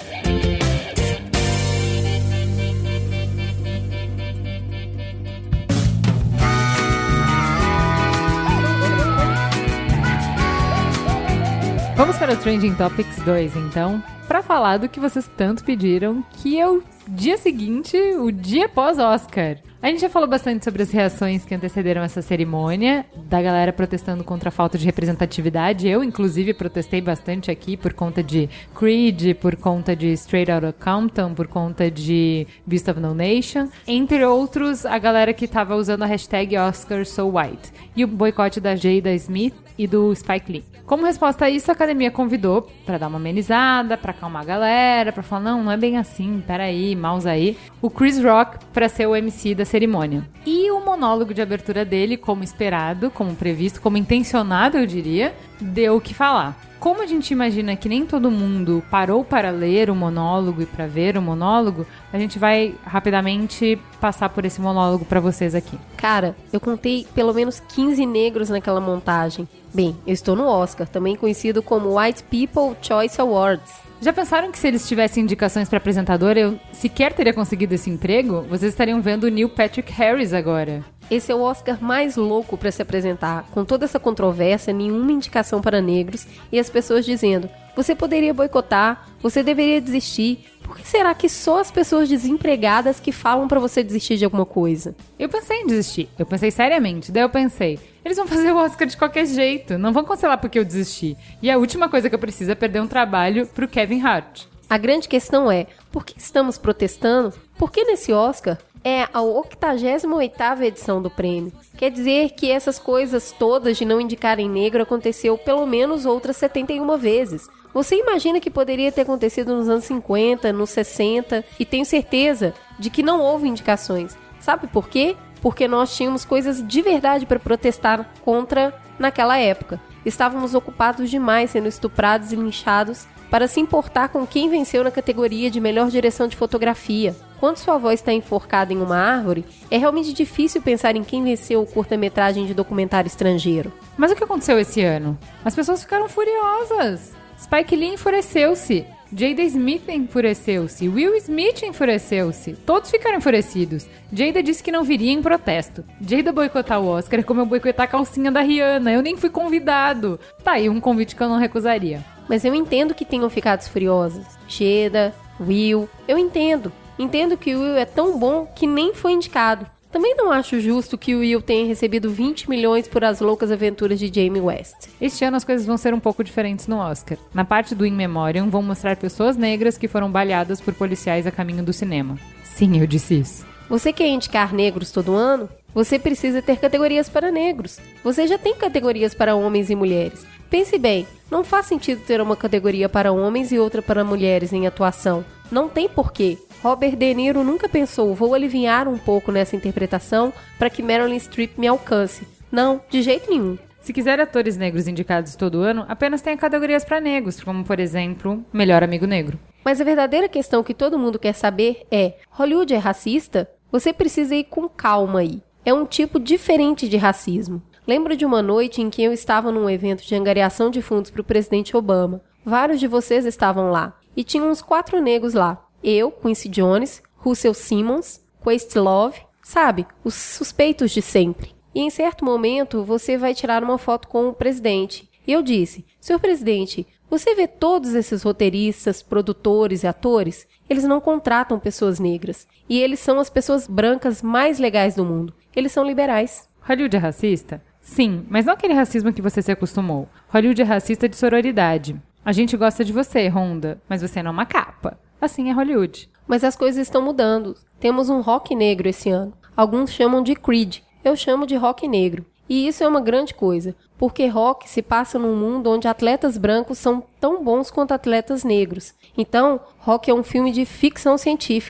Vamos para o Trending Topics dois, então, para falar do que vocês tanto pediram, que é o dia seguinte, o dia pós-Oscar. A gente já falou bastante sobre as reações que antecederam essa cerimônia, da galera protestando contra a falta de representatividade. Eu, inclusive, protestei bastante aqui por conta de Creed, por conta de Straight Outta Compton, por conta de Beast of No Nation. Entre outros, a galera que tava usando a hashtag OscarSoWhite. E o boicote da Jada Smith e do Spike Lee. Como resposta a isso, a academia convidou pra dar uma amenizada, pra acalmar a galera, pra falar, não, não é bem assim, peraí, mouse aí, o Chris Rock pra ser o M C da cerimônia. E o monólogo de abertura dele, como esperado, como previsto, como intencionado, eu diria, deu o que falar. Como a gente imagina que nem todo mundo parou para ler o monólogo e para ver o monólogo, a gente vai rapidamente passar por esse monólogo para vocês aqui. Cara, eu contei pelo menos quinze negros naquela montagem. Bem, eu estou no Oscar, também conhecido como White People Choice Awards. Já pensaram que se eles tivessem indicações para apresentador, eu sequer teria conseguido esse emprego? Vocês estariam vendo o Neil Patrick Harris agora. Esse é o Oscar mais louco para se apresentar, com toda essa controvérsia, nenhuma indicação para negros e as pessoas dizendo, você poderia boicotar, você deveria desistir. Por que será que só as pessoas desempregadas que falam para você desistir de alguma coisa? Eu pensei em desistir, eu pensei seriamente, daí eu pensei, eles vão fazer o Oscar de qualquer jeito, não vão cancelar porque eu desisti. E a última coisa que eu preciso é perder um trabalho pro Kevin Hart. A grande questão é, por que estamos protestando? Porque nesse Oscar é a octagésima oitava edição do prêmio. Quer dizer que essas coisas todas de não indicarem negro aconteceu pelo menos outras setenta e uma vezes. Você imagina que poderia ter acontecido nos anos cinquenta, nos sessenta, e tenho certeza de que não houve indicações. Sabe por quê? Porque nós tínhamos coisas de verdade para protestar contra naquela época. Estávamos ocupados demais sendo estuprados e linchados para se importar com quem venceu na categoria de melhor direção de fotografia. Quando sua avó está enforcada em uma árvore, é realmente difícil pensar em quem venceu o curta-metragem de documentário estrangeiro. Mas o que aconteceu esse ano? As pessoas ficaram furiosas. Spike Lee enfureceu-se. Jada Smith enfureceu-se. Will Smith enfureceu-se. Todos ficaram enfurecidos. Jada disse que não viria em protesto. Jada boicotar o Oscar é como eu boicotar a calcinha da Rihanna. Eu nem fui convidado. Tá aí um convite que eu não recusaria. Mas eu entendo que tenham ficado furiosos. Jada, Will, eu entendo. Entendo que o Will é tão bom que nem foi indicado. Também não acho justo que o Will tenha recebido vinte milhões por As Loucas Aventuras de Jamie West. Este ano as coisas vão ser um pouco diferentes no Oscar. Na parte do In Memoriam vão mostrar pessoas negras que foram baleadas por policiais a caminho do cinema. Sim, eu disse isso. Você quer indicar negros todo ano? Você precisa ter categorias para negros. Você já tem categorias para homens e mulheres. Pense bem, não faz sentido ter uma categoria para homens e outra para mulheres em atuação. Não tem porquê. Robert De Niro nunca pensou, vou aliviar um pouco nessa interpretação para que Meryl Streep me alcance. Não, de jeito nenhum. Se quiser atores negros indicados todo ano, apenas tenha categorias para negros, como, por exemplo, Melhor Amigo Negro. Mas a verdadeira questão que todo mundo quer saber é, Hollywood é racista? Você precisa ir com calma aí. É um tipo diferente de racismo. Lembro de uma noite em que eu estava num evento de angariação de fundos para o presidente Obama. Vários de vocês estavam lá. E tinha uns quatro negros lá. Eu, Quincy Jones, Russell Simmons, Questlove, sabe, os suspeitos de sempre. E em certo momento, você vai tirar uma foto com o presidente. E eu disse, senhor presidente, você vê todos esses roteiristas, produtores e atores? Eles não contratam pessoas negras. E eles são as pessoas brancas mais legais do mundo. Eles são liberais. Hollywood é racista? Sim, mas não aquele racismo que você se acostumou. Hollywood é racista de sororidade. A gente gosta de você, Honda, mas você não é uma capa. Assim é Hollywood. Mas as coisas estão mudando. Temos um rock negro esse ano. Alguns chamam de Creed. Eu chamo de rock negro. E isso é uma grande coisa, porque rock se passa num mundo onde atletas brancos são tão bons quanto atletas negros. Então, rock é um filme de ficção científica.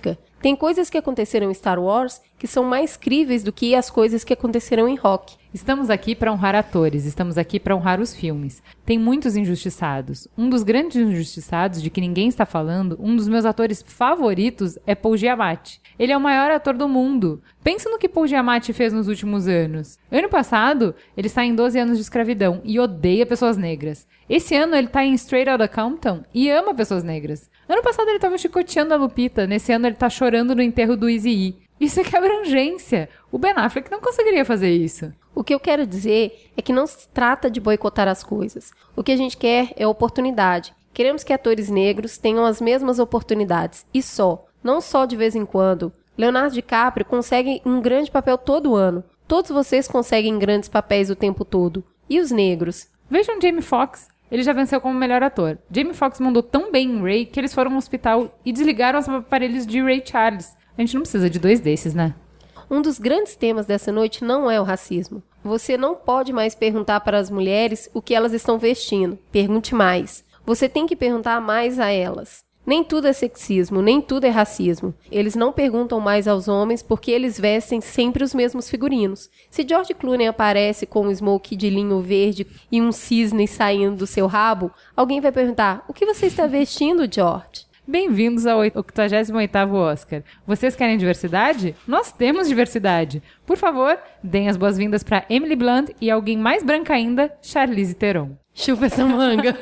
Tem coisas que aconteceram em Star Wars que são mais críveis do que as coisas que aconteceram em Rock. Estamos aqui para honrar atores, estamos aqui para honrar os filmes. Tem muitos injustiçados. Um dos grandes injustiçados de que ninguém está falando, um dos meus atores favoritos é Paul Giamatti. Ele é o maior ator do mundo. Pensa no que Paul Giamatti fez nos últimos anos. Ano passado, ele está em doze anos de escravidão e odeia pessoas negras. Esse ano ele está em Straight Outta Compton e ama pessoas negras. Ano passado ele estava chicoteando a Lupita, nesse ano ele está chorando no enterro do Eazy-E. Isso é que é abrangência. O Ben Affleck não conseguiria fazer isso. O que eu quero dizer é que não se trata de boicotar as coisas. O que a gente quer é oportunidade. Queremos que atores negros tenham as mesmas oportunidades. E só. Não só de vez em quando. Leonardo DiCaprio consegue um grande papel todo ano. Todos vocês conseguem grandes papéis o tempo todo. E os negros? Vejam Jamie Foxx. Ele já venceu como melhor ator. Jamie Foxx mandou tão bem em Ray que eles foram ao hospital e desligaram os aparelhos de Ray Charles. A gente não precisa de dois desses, né? Um dos grandes temas dessa noite não é o racismo. Você não pode mais perguntar para as mulheres o que elas estão vestindo. Pergunte mais. Você tem que perguntar mais a elas. Nem tudo é sexismo, nem tudo é racismo. Eles não perguntam mais aos homens porque eles vestem sempre os mesmos figurinos. Se George Clooney aparece com um smoke de linho verde e um cisne saindo do seu rabo, alguém vai perguntar: o que você está vestindo, George? Bem-vindos ao oitagésimo oitavo Oscar. Vocês querem diversidade? Nós temos diversidade. Por favor, deem as boas-vindas para Emily Blunt e alguém mais branca ainda, Charlize Theron. Chupa essa manga.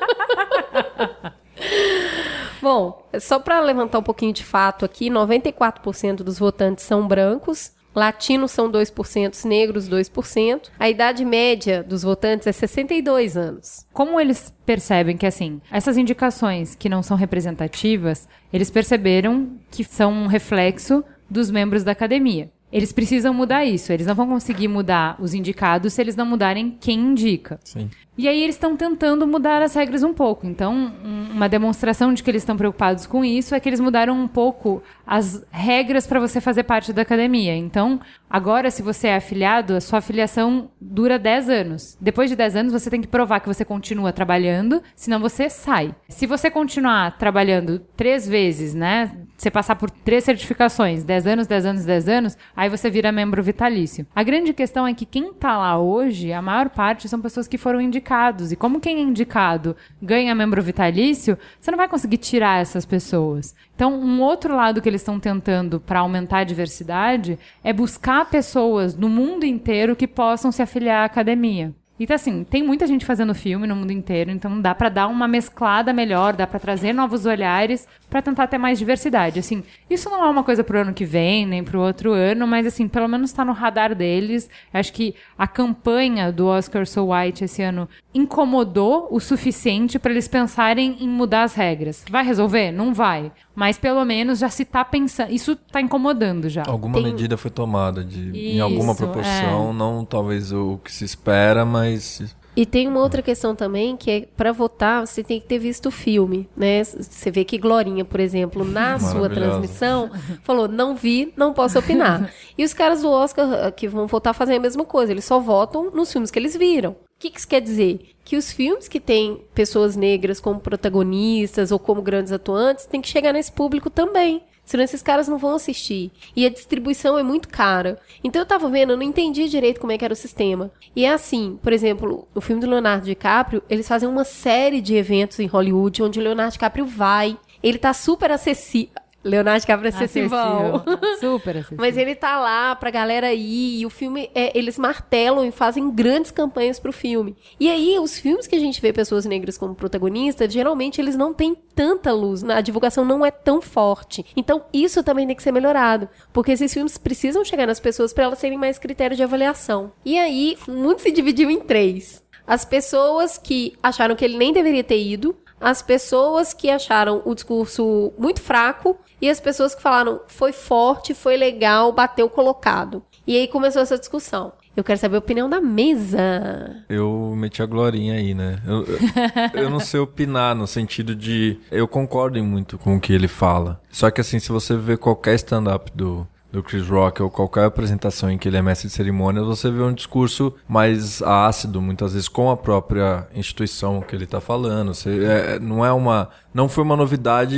Bom, só para levantar um pouquinho de fato aqui, noventa e quatro por cento dos votantes são brancos, latinos são dois por cento, negros dois por cento. A idade média dos votantes é sessenta e dois anos. Como eles percebem que, assim, essas indicações que não são representativas, eles perceberam que são um reflexo dos membros da academia. Eles precisam mudar isso. Eles não vão conseguir mudar os indicados se eles não mudarem quem indica. Sim. E aí eles estão tentando mudar as regras um pouco. Então, um, uma demonstração de que eles estão preocupados com isso é que eles mudaram um pouco as regras para você fazer parte da academia. Então, agora, se você é afiliado, a sua afiliação dura dez anos. Depois de dez anos, você tem que provar que você continua trabalhando, senão você sai. Se você continuar trabalhando três vezes, né? Você passar por três certificações, dez anos, dez anos, dez anos, aí você vira membro vitalício. A grande questão é que quem tá lá hoje, a maior parte são pessoas que foram indicados. E como quem é indicado ganha membro vitalício, você não vai conseguir tirar essas pessoas. Então, um outro lado que eles estão tentando para aumentar a diversidade é buscar pessoas no mundo inteiro que possam se afiliar à academia. Então, assim, tem muita gente fazendo filme no mundo inteiro, então dá pra dar uma mesclada melhor, dá pra trazer novos olhares pra tentar ter mais diversidade. Assim, isso não é uma coisa pro ano que vem, nem pro outro ano, mas, assim, pelo menos tá no radar deles. Acho que a campanha do Oscar So White esse ano incomodou o suficiente pra eles pensarem em mudar as regras. Vai resolver? Não vai. Mas, pelo menos, já se tá pensando... Isso tá incomodando já. Alguma Tem... medida foi tomada, de, Isso, em alguma proporção, é. Não talvez o que se espera, mas... E tem uma outra questão também, que é, para votar, você tem que ter visto o filme, né? Você vê que Glorinha, por exemplo, na sua transmissão, falou, não vi, não posso opinar. E os caras do Oscar que vão votar fazem a mesma coisa, eles só votam nos filmes que eles viram. O que, que isso quer dizer? Que os filmes que têm pessoas negras como protagonistas ou como grandes atuantes têm que chegar nesse público também. Senão esses caras não vão assistir. E a distribuição é muito cara. Então eu tava vendo, eu não entendi direito como é que era o sistema. E é assim, por exemplo, o filme do Leonardo DiCaprio, eles fazem uma série de eventos em Hollywood onde o Leonardo DiCaprio vai. Ele tá super acessível. Leonardo DiCaprio é acessível. Super acessível. Mas ele tá lá pra galera ir, e o filme, é, eles martelam e fazem grandes campanhas pro filme. E aí, os filmes que a gente vê pessoas negras como protagonistas, geralmente eles não têm tanta luz, a divulgação não é tão forte. Então, isso também tem que ser melhorado, porque esses filmes precisam chegar nas pessoas pra elas serem mais critério de avaliação. E aí, o mundo se dividiu em três. As pessoas que acharam que ele nem deveria ter ido, as pessoas que acharam o discurso muito fraco e as pessoas que falaram foi forte, foi legal, bateu colocado. E aí começou essa discussão. Eu quero saber a opinião da mesa. Eu meti a Glorinha aí, né? Eu, eu, eu não sei opinar no sentido de... Eu concordo muito com o que ele fala. Só que assim, se você ver qualquer stand-up do... do Chris Rock ou qualquer apresentação em que ele é mestre de cerimônias, você vê um discurso mais ácido, muitas vezes com a própria instituição que ele está falando. Você, é, não é uma, não foi uma novidade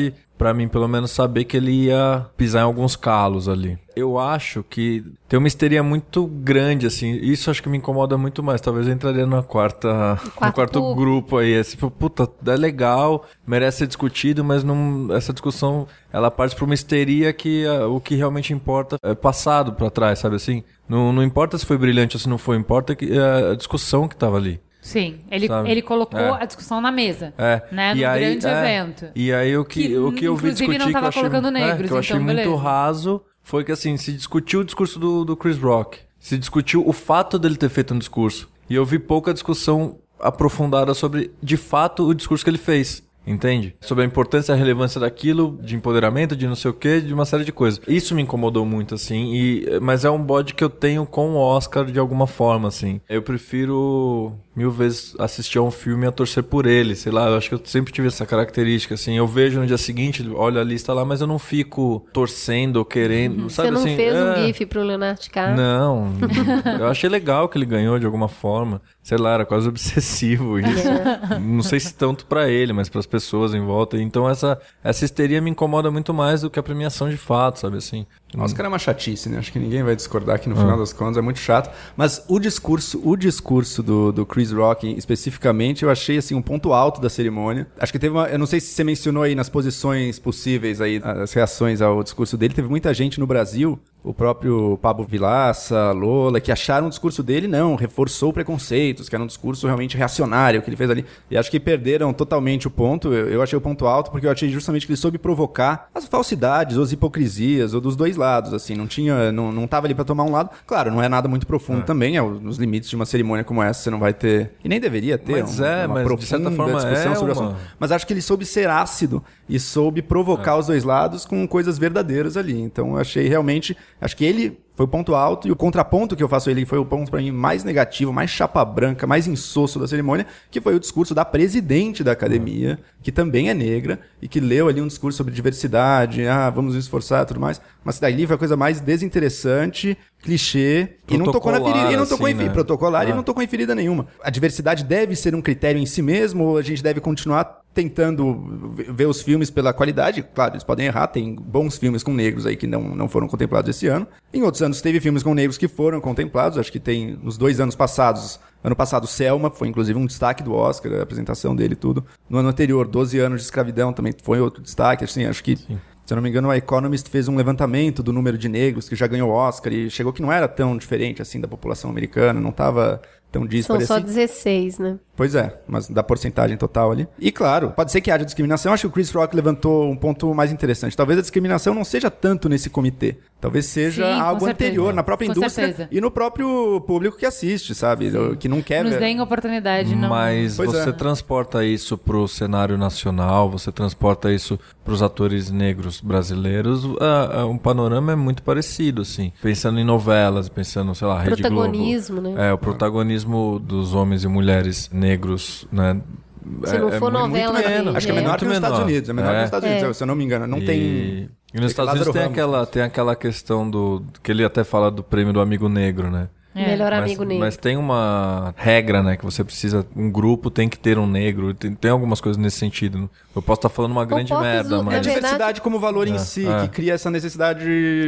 pra mim, pelo menos, saber que ele ia pisar em alguns calos ali. Eu acho que tem uma histeria muito grande, assim. Isso acho que me incomoda muito mais. Talvez eu entraria na quarta, quarto no quarto grupo. grupo aí. Assim, puta, é legal, merece ser discutido, mas não, essa discussão, ela parte pra uma histeria que uh, o que realmente importa é passado pra trás, sabe assim? Não, não importa se foi brilhante ou se não foi, importa que, uh, a discussão que tava ali. Sim, ele, ele colocou é. a discussão na mesa, é. né, no aí, grande é. evento. E aí o que, que o que eu vi discutir não tava que eu achei, colocando negros, é, que eu achei então, muito beleza. raso foi que assim, se discutiu o discurso do, do Chris Rock, se discutiu o fato dele ter feito um discurso. E eu vi pouca discussão aprofundada sobre, de fato, o discurso que ele fez. Entende? Sobre a importância e a relevância daquilo, de empoderamento, de não sei o quê, de uma série de coisas. Isso me incomodou muito, assim, e, mas é um bode que eu tenho com o Oscar de alguma forma, assim. Eu prefiro mil vezes assistir a um filme e a torcer por ele, sei lá, eu acho que eu sempre tive essa característica, assim. Eu vejo no dia seguinte, olho a lista lá, mas eu não fico torcendo ou querendo, sabe? Você não assim, fez é... um gif pro Leonardo DiCaprio? Não, eu achei legal que ele ganhou de alguma forma. Sei lá, era quase obsessivo isso. É. Não sei se tanto pra ele, mas pras pessoas em volta. Então essa, essa histeria me incomoda muito mais do que a premiação de fato, sabe assim? Oscar é uma chatice, né? Acho que ninguém vai discordar que no final ah. das contas é muito chato. Mas o discurso, o discurso do, do Chris Rock, especificamente, eu achei assim um ponto alto da cerimônia. Acho que teve uma... Eu não sei se você mencionou aí nas posições possíveis aí, as reações ao discurso dele. Teve muita gente no Brasil, o próprio Pablo Vilaça, Lola, que acharam o discurso dele, não, reforçou preconceitos, que era um discurso realmente reacionário que ele fez ali. E acho que perderam totalmente o ponto. Eu, eu achei o ponto alto porque eu achei justamente que ele soube provocar as falsidades ou as hipocrisias ou dos dois lados, assim. Não tinha, não, não tava ali pra tomar um lado. Claro, não é nada muito profundo é. também, é nos limites de uma cerimônia como essa você não vai ter, e nem deveria ter mas um, é, uma mas profunda de certa forma discussão é sobre uma... o assunto. Mas acho que ele soube ser ácido e soube provocar é. os dois lados com coisas verdadeiras ali. Então eu achei realmente, acho que ele foi o ponto alto, e o contraponto que eu faço a ele foi o ponto pra mim mais negativo, mais chapa branca, mais insosso da cerimônia, que foi o discurso da presidente da academia, que também é negra, e que leu ali um discurso sobre diversidade, ah, vamos nos esforçar e tudo mais. Mas daí foi a coisa mais desinteressante, clichê, e não tocou na ferida, e não tocou assim, em, né? protocolar, ah. e não tocou em ferida nenhuma. A diversidade deve ser um critério em si mesmo, ou a gente deve continuar tentando ver os filmes pela qualidade? Claro, eles podem errar, tem bons filmes com negros aí que não, não foram contemplados esse ano. Em outros anos teve filmes com negros que foram contemplados, acho que tem nos dois anos passados. Ano passado, Selma foi inclusive um destaque do Oscar, a apresentação dele e tudo. No ano anterior, doze anos de escravidão também foi outro destaque, assim, acho que... Sim. Se eu não me engano, a Economist fez um levantamento do número de negros que já ganhou Oscar e chegou que não era tão diferente assim da população americana, não estava tão disparo. São só assim. dezesseis, né? Pois é, mas da porcentagem total ali. E claro, pode ser que haja discriminação. Acho que o Chris Rock levantou um ponto mais interessante. Talvez a discriminação não seja tanto nesse comitê. Talvez seja Sim, algo certeza. anterior, na própria Com indústria certeza. e no próprio público que assiste, sabe? Sim. Que não quer... Nos deem oportunidade, não... Mas pois você é. transporta isso pro cenário nacional, você transporta isso pros atores negros brasileiros, a, a, um panorama é muito parecido, assim. Pensando em novelas, pensando, sei lá, Rede Globo. Protagonismo, né? É, o protagonismo dos homens e mulheres negros, né? Se não é, for é novela, muito menor. Acho que é menor que nos Estados Unidos. É menor que nos Estados Unidos, É. se eu não me engano. Não e... tem... E nos Estados Unidos tem aquela, tem aquela questão do... Que ele até fala do prêmio do amigo negro, né? É. Melhor mas, amigo negro. Mas tem uma regra, né? Que você precisa... Um grupo tem que ter um negro. Tem, tem algumas coisas nesse sentido. Eu posso estar falando uma grande Portas merda, do- mas... É a Na verdade- diversidade como valor em É, si, é. que cria essa necessidade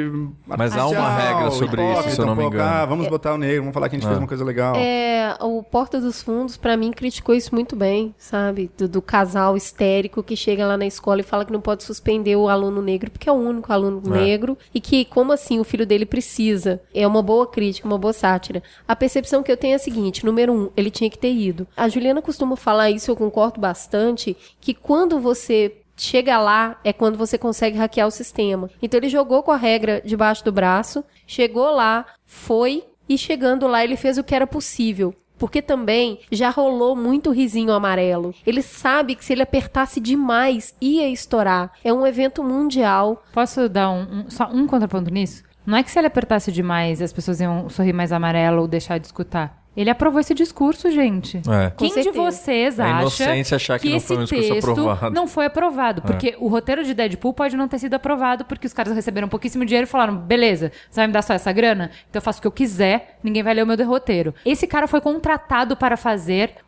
Mas há uma artificial, regra sobre isso, hipócrita se eu não um me pouco. engano. Ah, vamos botar o negro, vamos falar que a gente É. fez uma coisa legal. É, o Porta dos Fundos, pra mim, criticou isso muito bem, sabe? Do, do casal histérico que chega lá na escola e fala que não pode suspender o aluno negro, porque é o único aluno É. negro, e que, como assim, o filho dele precisa. É uma boa crítica, uma boa sátira. A percepção que eu tenho é a seguinte, número um, ele tinha que ter ido. A Juliana costuma falar isso, eu concordo bastante, que quando você... chega lá é quando você consegue hackear o sistema. Então ele jogou com a regra debaixo do braço, chegou lá, foi, e chegando lá ele fez o que era possível. Porque também já rolou muito risinho amarelo. Ele sabe que se ele apertasse demais, ia estourar. É um evento mundial. Posso dar um, um- só um contraponto nisso? Não é que se ele apertasse demais as pessoas iam sorrir mais amarelo ou deixar de escutar. Ele aprovou esse discurso, gente. É. Quem Com de certeza. vocês É acha inocência achar que não esse foi um discurso texto aprovado. não foi aprovado? Porque o roteiro de Deadpool pode não ter sido aprovado porque os caras receberam pouquíssimo dinheiro e falaram, beleza, você vai me dar só essa grana? Então eu faço o que eu quiser, ninguém vai ler o meu roteiro. Esse cara foi contratado para fazer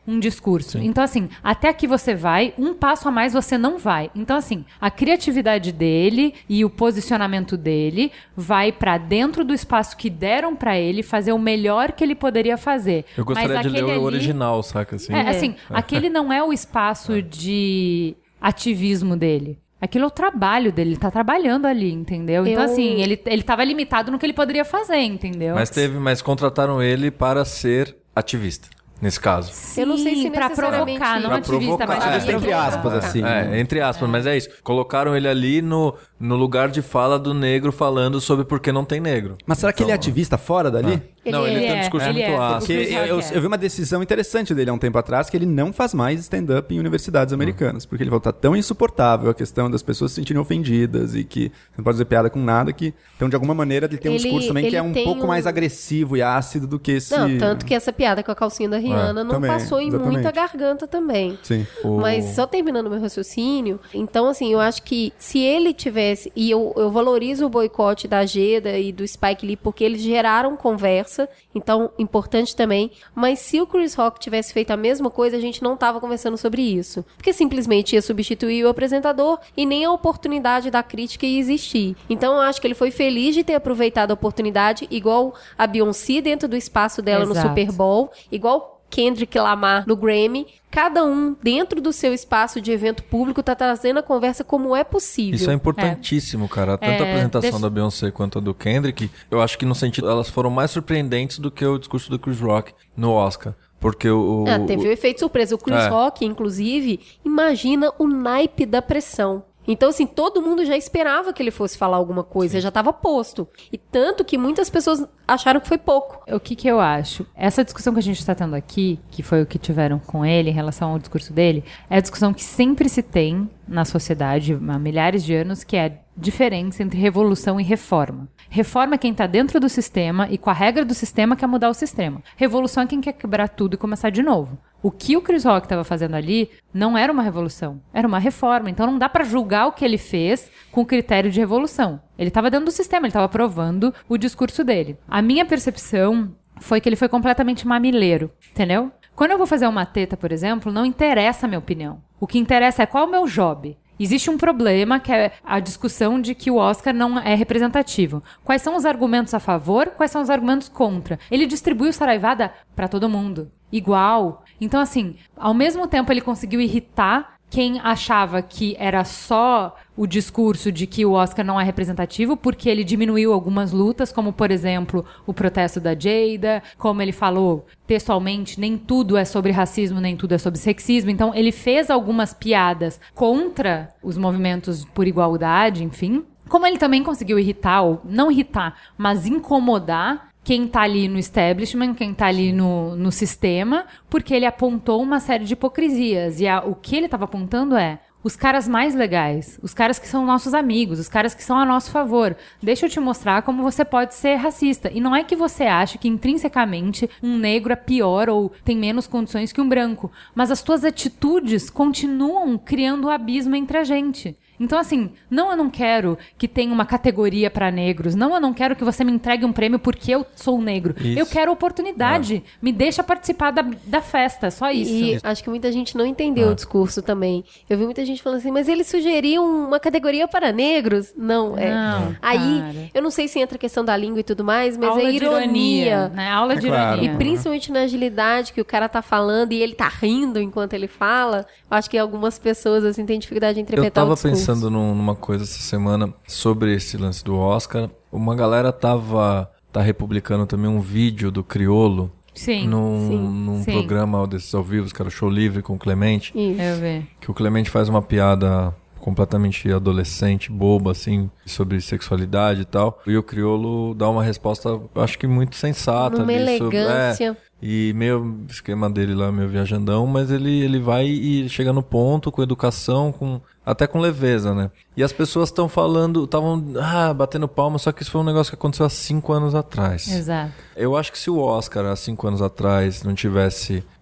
um discurso. Então, assim, até aqui você vai, um passo a mais você não vai. Então, assim, a criatividade dele e o posicionamento dele vai pra dentro do espaço que deram pra ele fazer o melhor que ele poderia fazer. Eu gostaria Mas de ler o ali... original, saca? Assim. É, assim, aquele não é o espaço de ativismo dele. Aquilo é o trabalho dele, ele tá trabalhando ali, entendeu? Então, Eu- assim, ele, ele tava limitado no que ele poderia fazer, entendeu? Mas teve, mas contrataram ele para ser ativista, nesse caso. Sim, Eu não sei se pra necessariamente- provocar, não Pra ativista, provocar. mas É, Ativista entre aspas, assim. É, entre aspas, mas é isso. Colocaram ele ali no, no lugar de fala do negro falando sobre por que não tem negro. Mas será que ele é ativista fora dali? Ele não, ele é- tem um discurso ele muito é, ácido. Porque Chris eu, eu, Rock é. eu vi uma decisão interessante dele há um tempo atrás, que ele não faz mais stand-up em universidades americanas. Porque ele falou, tá tão insuportável a questão das pessoas se sentirem ofendidas e que você não pode dizer piada com nada. Que, então, de alguma maneira, ele tem um Ele- discurso também que ele é um tem pouco um- mais agressivo e ácido do que esse... Não, tanto que essa piada com a calcinha da Rihanna não também, passou em exatamente. muita garganta também. Sim. Mas só terminando meu raciocínio, então assim, eu acho que se ele tivesse, e eu, eu valorizo o boicote da Geda e do Spike Lee, porque eles geraram conversa, então importante também, mas se o Chris Rock tivesse feito a mesma coisa, a gente não tava conversando sobre isso. Porque simplesmente ia substituir o apresentador e nem a oportunidade da crítica ia existir. Então eu acho que ele foi feliz de ter aproveitado a oportunidade, igual a Beyoncé dentro do espaço dela no Exato. Super Bowl, igual Kendrick Lamar no Grammy, cada um dentro do seu espaço de evento público tá trazendo a conversa como é possível. Isso é importantíssimo, cara. Tanto É, a apresentação deixa- da Beyoncé quanto a do Kendrick, eu acho que no sentido, elas foram mais surpreendentes do que o discurso do Chris Rock no Oscar. Porque o... Ah, teve o efeito surpresa. O Chris É. Rock, inclusive, imagina o naipe da pressão. Então, assim, todo mundo já esperava que ele fosse falar alguma coisa, já estava posto. E tanto que muitas pessoas acharam que foi pouco. O que que eu acho? Essa discussão que a gente está tendo aqui, que foi o que tiveram com ele em relação ao discurso dele, é a discussão que sempre se tem na sociedade há milhares de anos, que é a diferença entre revolução e reforma. Reforma é quem está dentro do sistema e com a regra do sistema quer mudar o sistema. Revolução é quem quer quebrar tudo e começar de novo. O que o Chris Rock estava fazendo ali não era uma revolução, era uma reforma. Então não dá para julgar o que ele fez com critério de revolução. Ele estava dentro do sistema, ele estava provando o discurso dele. A minha percepção foi que ele foi completamente mamileiro, entendeu? Quando eu vou fazer uma teta, por exemplo, não interessa a minha opinião. O que interessa é qual é o meu job. Existe um problema que é a discussão de que o Oscar não é representativo. Quais são os argumentos a favor, quais são os argumentos contra? Ele distribui o Saraivada para todo mundo, igual. Então, assim, ao mesmo tempo ele conseguiu irritar quem achava que era só o discurso de que o Oscar não é representativo, porque ele diminuiu algumas lutas, como, por exemplo, o protesto da Jada, como ele falou textualmente, nem tudo é sobre racismo, nem tudo é sobre sexismo. Então, ele fez algumas piadas contra os movimentos por igualdade, enfim. Como ele também conseguiu irritar, ou não irritar, mas incomodar quem tá ali no establishment, quem tá ali no, no sistema, porque ele apontou uma série de hipocrisias. E a, o que ele tava apontando é os caras mais legais, os caras que são nossos amigos, os caras que são a nosso favor. Deixa eu te mostrar como você pode ser racista. E não é que você ache que intrinsecamente um negro é pior ou tem menos condições que um branco, mas as tuas atitudes continuam criando um abismo entre a gente. Então, assim, não, eu não quero que tenha uma categoria para negros. Não, eu não quero que você me entregue um prêmio porque eu sou negro. Isso. Eu quero oportunidade. Ah. Me deixa participar da, da festa, só isso. E acho que muita gente não entendeu ah. o discurso também. Eu vi muita gente falando assim, mas ele sugeriu uma categoria para negros? Não, é. Não, aí, cara. Eu não sei se entra a questão da língua e tudo mais, mas Aula é ironia. De ironia, né? Aula de é claro. ironia. E principalmente na agilidade que o cara tá falando e ele tá rindo enquanto ele fala. Eu acho que algumas pessoas, assim, têm dificuldade de interpretar o discurso. Eu tava pensando numa coisa essa semana sobre esse lance do Oscar. Uma galera tava tá republicando também um vídeo do Criolo. Sim, num, sim, num sim. programa desses ao vivo, que era o Show Livre com o Clemente. Isso. Eu vi. Que o Clemente faz uma piada completamente adolescente, boba, assim, sobre sexualidade e tal. E o Criolo dá uma resposta, acho que muito sensata. Uma ali, sobre, elegância. é, e meio esquema dele lá, meio viajandão, mas ele, ele vai e chega no ponto, com educação, com até com leveza, né? E as pessoas estão falando, estavam ah, batendo palma, só que isso foi um negócio que aconteceu há cinco anos atrás. Exato. Eu acho que se o Oscar, há cinco anos atrás, não tivesse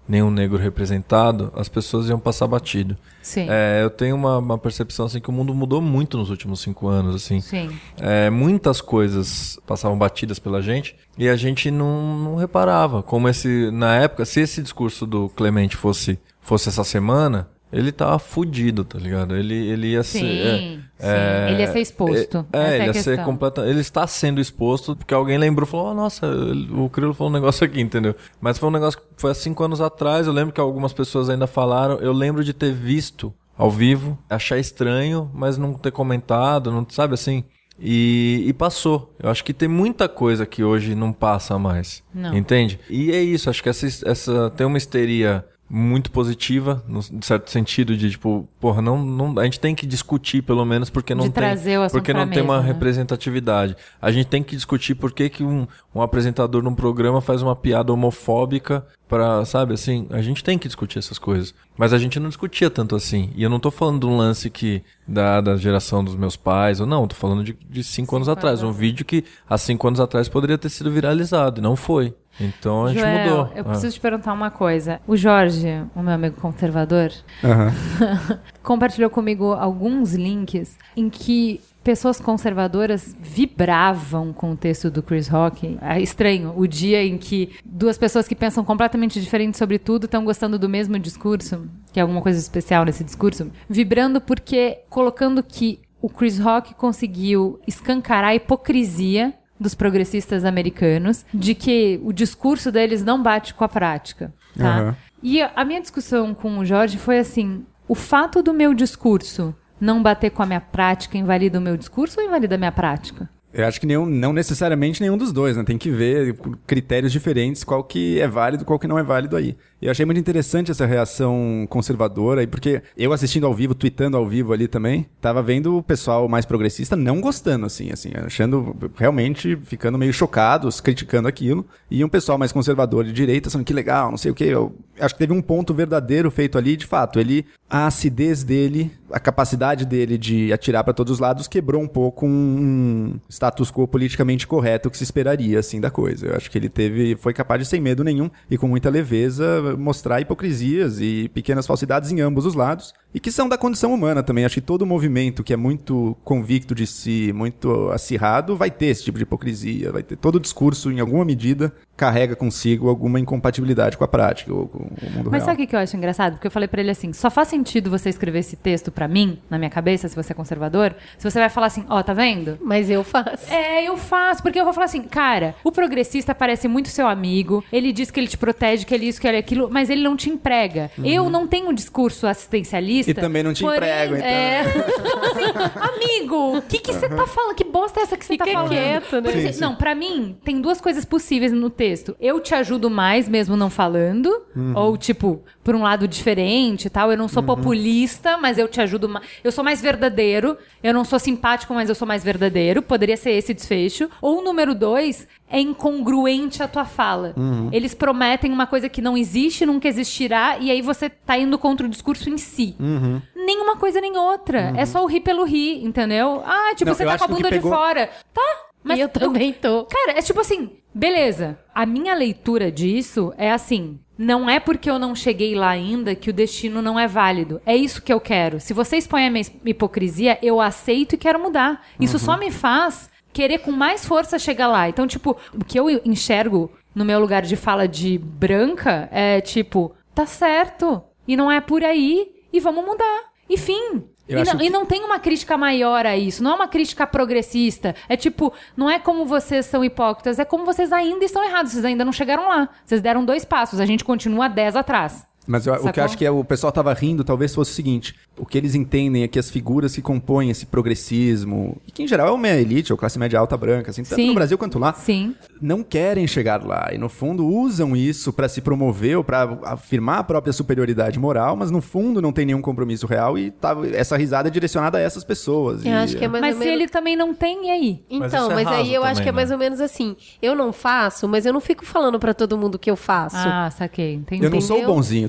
nenhum negro representado, as pessoas iam passar batido. Sim. É, eu tenho uma, uma percepção assim, que o mundo mudou muito nos últimos cinco anos. Assim. Sim. É, muitas coisas passavam batidas pela gente e a gente não, não reparava. Como esse, na época, se esse discurso do Clemente fosse, fosse essa semana, ele tava fudido, tá ligado? Ele, ele ia sim, ser... É, sim. É, ele ia ser exposto. É, Essa ele é a ia questão. ser completa... Ele está sendo exposto porque alguém lembrou e falou, oh, nossa, o Criolo falou um negócio aqui, entendeu? Mas foi um negócio que foi há cinco anos atrás, eu lembro que algumas pessoas ainda falaram, eu lembro de ter visto ao vivo, achar estranho, mas não ter comentado, não sabe assim? E, e passou. Eu acho que tem muita coisa que hoje não passa mais. Não. Entende? E é isso, acho que essa, essa tem uma histeria muito positiva, no certo sentido de, tipo, porra, não, não, a gente tem que discutir, pelo menos, porque não De tem, trazer o assunto porque não pra tem mesa, uma né? representatividade. A gente tem que discutir por que, que um, um apresentador num programa faz uma piada homofóbica pra, sabe, assim, a gente tem que discutir essas coisas. Mas a gente não discutia tanto assim. E eu não tô falando de um lance que da, da geração dos meus pais, ou não, eu tô falando de, de cinco anos atrás. Um vídeo que há cinco anos atrás poderia ter sido viralizado, e não foi. Então a gente Joel, mudou. eu Ah. preciso te perguntar uma coisa. O Jorge, o meu amigo conservador, Aham. compartilhou comigo alguns links em que pessoas conservadoras vibravam com o texto do Chris Rock. É estranho, o dia em que duas pessoas que pensam completamente diferente sobre tudo estão gostando do mesmo discurso, que é alguma coisa especial nesse discurso, vibrando porque colocando que o Chris Rock conseguiu escancarar a hipocrisia dos progressistas americanos, de que o discurso deles não bate com a prática, tá? Uhum. E a minha discussão com o Jorge foi assim, o fato do meu discurso não bater com a minha prática invalida o meu discurso ou invalida a minha prática? Eu acho que nenhum, não necessariamente nenhum dos dois, né? Tem que ver critérios diferentes, qual que é válido, qual que não é válido aí. Eu achei muito interessante essa reação conservadora aí, porque eu assistindo ao vivo, tweetando ao vivo ali também, tava vendo o pessoal mais progressista não gostando, assim, assim, achando, realmente ficando meio chocados, criticando aquilo, e um pessoal mais conservador de direita, falando que legal, não sei o quê. Eu acho que teve um ponto verdadeiro feito ali, de fato, ele, a acidez dele, a capacidade dele de atirar para todos os lados quebrou um pouco um status quo politicamente correto que se esperaria, assim, da coisa. Eu acho que ele teve, foi capaz de, sem medo nenhum e com muita leveza, mostrar hipocrisias e pequenas falsidades em ambos os lados, e que são da condição humana também. Acho que todo movimento que é muito convicto de si, muito acirrado, vai ter esse tipo de hipocrisia, vai ter todo discurso, em alguma medida, carrega consigo alguma incompatibilidade com a prática ou com o mundo Mas real. sabe o que eu acho engraçado? Porque eu falei pra ele assim, só faz sentido você escrever esse texto pra mim, na minha cabeça, se você é conservador, se você vai falar assim, ó, oh, tá vendo? Mas eu faço. É, eu faço, porque eu vou falar assim, cara, o progressista parece muito seu amigo, ele diz que ele te protege, que ele isso, que ele aquilo, mas ele não te emprega. Uhum. Eu não tenho um discurso assistencialista. E também não te porém, emprego, então. É... Então, assim, amigo, o que que você tá falando? Que bosta é essa que você Fica tá falando? quieto, né? Por exemplo, Sim, sim. não, pra mim, tem duas coisas possíveis no texto. Eu te ajudo mais, mesmo não falando, Uhum. ou, tipo, por um lado diferente e tal. Eu não sou populista, mas eu te ajudo mais. Eu sou mais verdadeiro. Eu não sou simpático, mas eu sou mais verdadeiro. Poderia ser esse desfecho. Ou o número dois, é incongruente a tua fala. Uhum. Eles prometem uma coisa que não existe, nunca existirá, e aí você tá indo contra o discurso em si. Uhum. Nem uma coisa nem outra. É só o rir pelo rir, entendeu? Ah, tipo, Não, você eu tá acho com a que o que bunda pegou- de fora. Tá, mas E eu também tô. Cara, é tipo assim, beleza. A minha leitura disso é assim, não é porque eu não cheguei lá ainda que o destino não é válido. É isso que eu quero. Se você expõe a minha hipocrisia, eu aceito e quero mudar. Isso só me faz querer com mais força chegar lá. Então, tipo, o que eu enxergo no meu lugar de fala de branca é tipo, tá certo. E não é por aí. E vamos mudar. E fim. Eu E acho não, que- e não tem uma crítica maior a isso. Não é uma crítica progressista. É tipo, não é como vocês são hipócritas, é como vocês ainda estão errados. Vocês ainda não chegaram lá. Vocês deram dois passos. A gente continua dez atrás. Mas eu- o que Sacou? eu acho que é, o pessoal tava rindo talvez fosse o seguinte: o que eles entendem é que as figuras que compõem esse progressismo, e que em geral é uma elite ou classe média alta branca, assim, tanto Sim. no Brasil quanto lá, Sim. não querem chegar lá. E no fundo usam isso pra se promover ou pra afirmar a própria superioridade moral, mas no fundo não tem nenhum compromisso real e tá, essa risada é direcionada a essas pessoas. Eu E- acho que é mais Mas ou se menos... ele também não tem, e aí? Mas Então, isso é mas, raso aí eu acho também, que é mais né? ou menos assim. Eu não faço, mas eu não fico falando pra todo mundo que eu faço. Ah, saquei. Entendi. Eu não sou o Entendeu? bonzinho.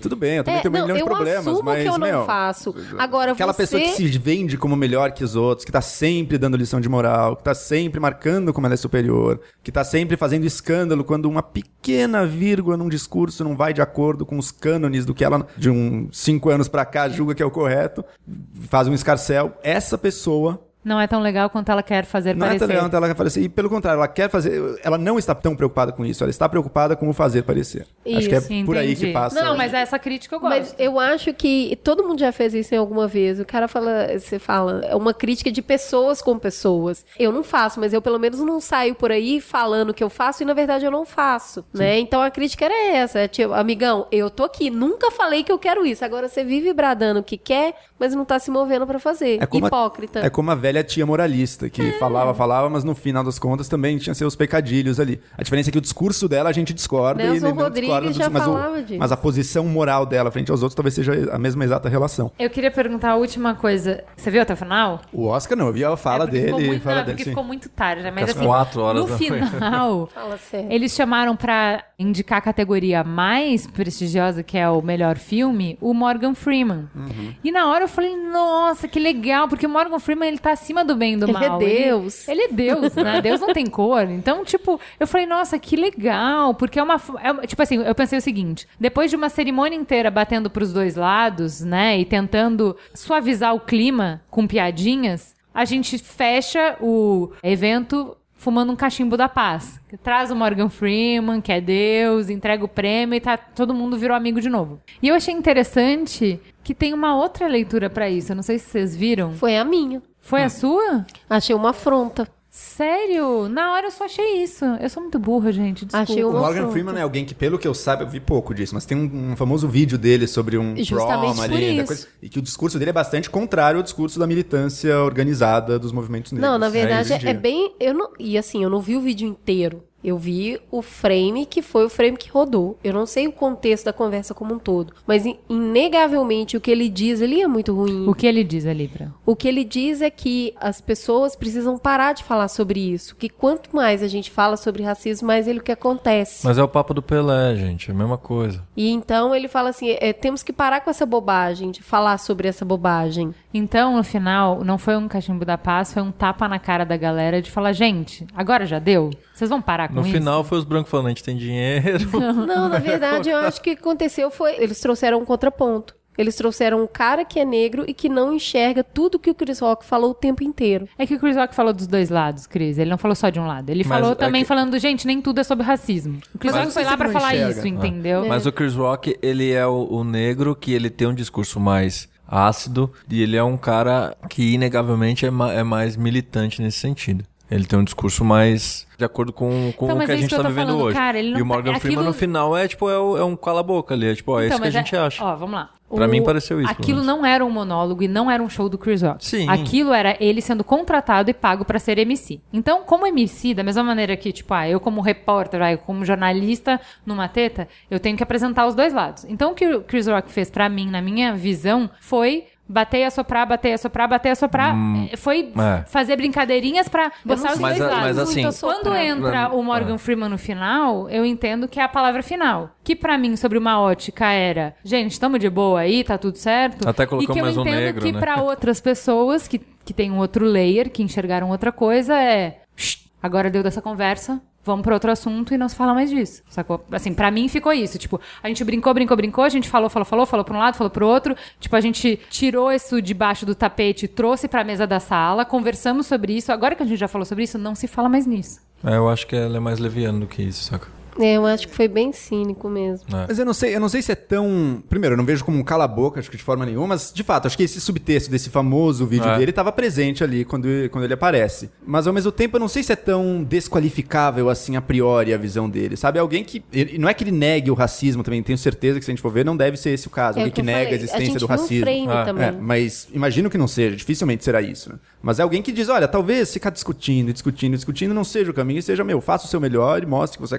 tudo bem, eu também É, tenho um não, milhão de eu problemas, assumo mas, que eu não meu, faço. Agora, aquela você... pessoa que se vende como melhor que os outros, que tá sempre dando lição de moral, que tá sempre marcando como ela é superior, que tá sempre fazendo escândalo quando uma pequena vírgula num discurso não vai de acordo com os cânones do que ela, de uns cinco anos pra cá, julga que é o correto, faz um escarcéu. Essa pessoa... Não é tão legal quanto ela quer fazer Não parecer. é tão legal quanto ela quer parecer. E pelo contrário, ela quer fazer... Ela não está tão preocupada com isso. Ela está preocupada com o fazer parecer. Isso, acho que é por aí entendi. que passa. Não, mas essa crítica eu gosto. Mas eu acho que todo mundo já fez isso em alguma vez. O cara fala, você fala, é uma crítica de pessoas com pessoas. Eu não faço, mas eu pelo menos não saio por aí falando que eu faço e na verdade eu não faço, né? Então a crítica era essa, é tipo, amigão, eu tô aqui, nunca falei que eu quero isso. Agora você vive bradando que quer, mas não tá se movendo pra fazer. É como Hipócrita. A, é como a velha tia moralista, que É. falava, falava, mas no final das contas também tinha seus pecadilhos ali. A diferença é que o discurso dela a gente discorda Nelson e não Rodrigues discorda já do, mas, falava o, disso. mas a posição moral dela frente aos outros talvez seja a mesma exata relação. Eu queria perguntar a última coisa. Você viu até o final? O Oscar não, eu vi a fala É, porque dele. ficou muito, fala não, dele porque sim. ficou muito tarde, né? Mas Às assim, quatro horas no da manhã. final, Fala sério. eles chamaram pra indicar a categoria mais prestigiosa, que é o melhor filme, o Morgan Freeman. Uhum. E na hora eu falei, nossa, que legal, porque o Morgan Freeman, ele tá acima do bem e do Ele mal. é Deus. Ele, ele é Deus, né? Deus não tem cor. Então, tipo, eu falei, nossa, que legal, porque é uma... É, tipo assim, eu pensei o seguinte, depois de uma cerimônia inteira batendo pros dois lados, né, e tentando suavizar o clima com piadinhas, a gente fecha o evento fumando um cachimbo da paz. Que traz o Morgan Freeman, que é Deus, entrega o prêmio e tá, todo mundo virou amigo de novo. E eu achei interessante que tem uma outra leitura pra isso. Eu não sei se vocês viram. Foi a minha. Foi a sua? Achei uma afronta. Sério? Na hora eu só achei isso. Eu sou muito burra, gente. Desculpa. Achei O uma Morgan afronta. Freeman é alguém que, pelo que eu saiba, eu vi pouco disso, mas tem um, um famoso vídeo dele sobre um Justamente prom por ali, da isso. coisa, e que o discurso dele é bastante contrário ao discurso da militância organizada dos movimentos negros. Não, na verdade hoje em é, dia. é bem... Eu não, e assim, eu não vi o vídeo inteiro. Eu vi o frame que foi o frame que rodou. Eu não sei o contexto da conversa como um todo. Mas, in- inegavelmente, o que ele diz, ele é muito ruim. O que ele diz ali, Pra? O que ele diz é que as pessoas precisam parar de falar sobre isso. Que quanto mais a gente fala sobre racismo, mais ele o que acontece. Mas é o papo do Pelé, gente. É a mesma coisa. E então ele fala assim, é, temos que parar com essa bobagem, de falar sobre essa bobagem. Então, no final, não foi um cachimbo da paz, foi um tapa na cara da galera de falar, gente, agora já deu? Vocês vão parar com No isso? final foi os brancos falando, a gente tem dinheiro. Não, na verdade, eu acho que o que aconteceu foi... Eles trouxeram um contraponto. Eles trouxeram um cara que é negro e que não enxerga tudo que o Chris Rock falou o tempo inteiro. É que o Chris Rock falou dos dois lados, Cris. Ele não falou só de um lado. Ele Mas falou é também que- falando, gente, nem tudo é sobre racismo. O Chris Mas Rock não foi sei lá se pra ele não falar enxerga. isso, entendeu? Mas o Chris Rock, ele é o, o negro que ele tem um discurso mais ácido e ele é um cara que inegavelmente é, ma- é mais militante nesse sentido. Ele tem um discurso mais de acordo com, com Então, o mas que a é isso gente que eu tá tô vivendo falando, hoje. cara, ele não e o tá- Morgan aquilo- Freeman no final é tipo, é, o- é um cala-boca ali. É tipo, ó, é Então, isso que a mas é- gente acha. Ó, vamos lá. Pra mim pareceu isso, pelo Aquilo menos. não era um monólogo e não era um show do Chris Rock. Sim. Aquilo era ele sendo contratado e pago pra ser M C. Então, como M C, da mesma maneira que, tipo, ah, eu como repórter, ah, eu como jornalista numa teta, eu tenho que apresentar os dois lados. Então, o que o Chris Rock fez pra mim, na minha visão, foi bater e assoprar, bater e assoprar, bater e assoprar. Eh, Foi é. fazer brincadeirinhas pra mostrar os Mas dois a- lados. mas assim- Muito Quando assoprar. entra o Morgan Freeman no final, eu entendo que é a palavra final. Que pra mim, sobre uma ótica, era, gente, tamo de boa aí, tá tudo certo. Até E colocou que eu mais um entendo negro, que né? pra outras pessoas que, que tem um outro layer, que enxergaram outra coisa, é... "Shh, agora deu dessa conversa, vamos pra outro assunto e não se fala mais disso, sacou? Assim, pra mim ficou isso, tipo, a gente brincou, brincou, brincou, a gente falou, falou, falou, falou pra um lado, falou pro outro, tipo, a gente tirou isso debaixo do tapete, trouxe pra mesa da sala, conversamos sobre isso, agora que a gente já falou sobre isso, não se fala mais nisso. É, eu acho que ela é mais leviana do que isso, saca? É, eu acho que foi bem cínico mesmo. É. Mas eu não sei, eu não sei se é tão... Primeiro, eu não vejo como um cala-boca, acho que de forma nenhuma, mas, de fato, acho que esse subtexto desse famoso vídeo É. dele estava presente ali quando, quando ele aparece. Mas, ao mesmo tempo, eu não sei se é tão desqualificável, assim, a priori, a visão dele, sabe? Alguém que... Ele, não é que ele negue o racismo também, tenho certeza que, se a gente for ver, não deve ser esse o caso. É Alguém o que, eu nega falei. a existência gente do viu racismo. Um frame Ah, também. É, mas imagino que não seja, dificilmente será isso, né? Mas é alguém que diz, olha, talvez ficar discutindo, discutindo, discutindo não seja o caminho, e seja, meu, faça o seu melhor e mostre que você é capaz, e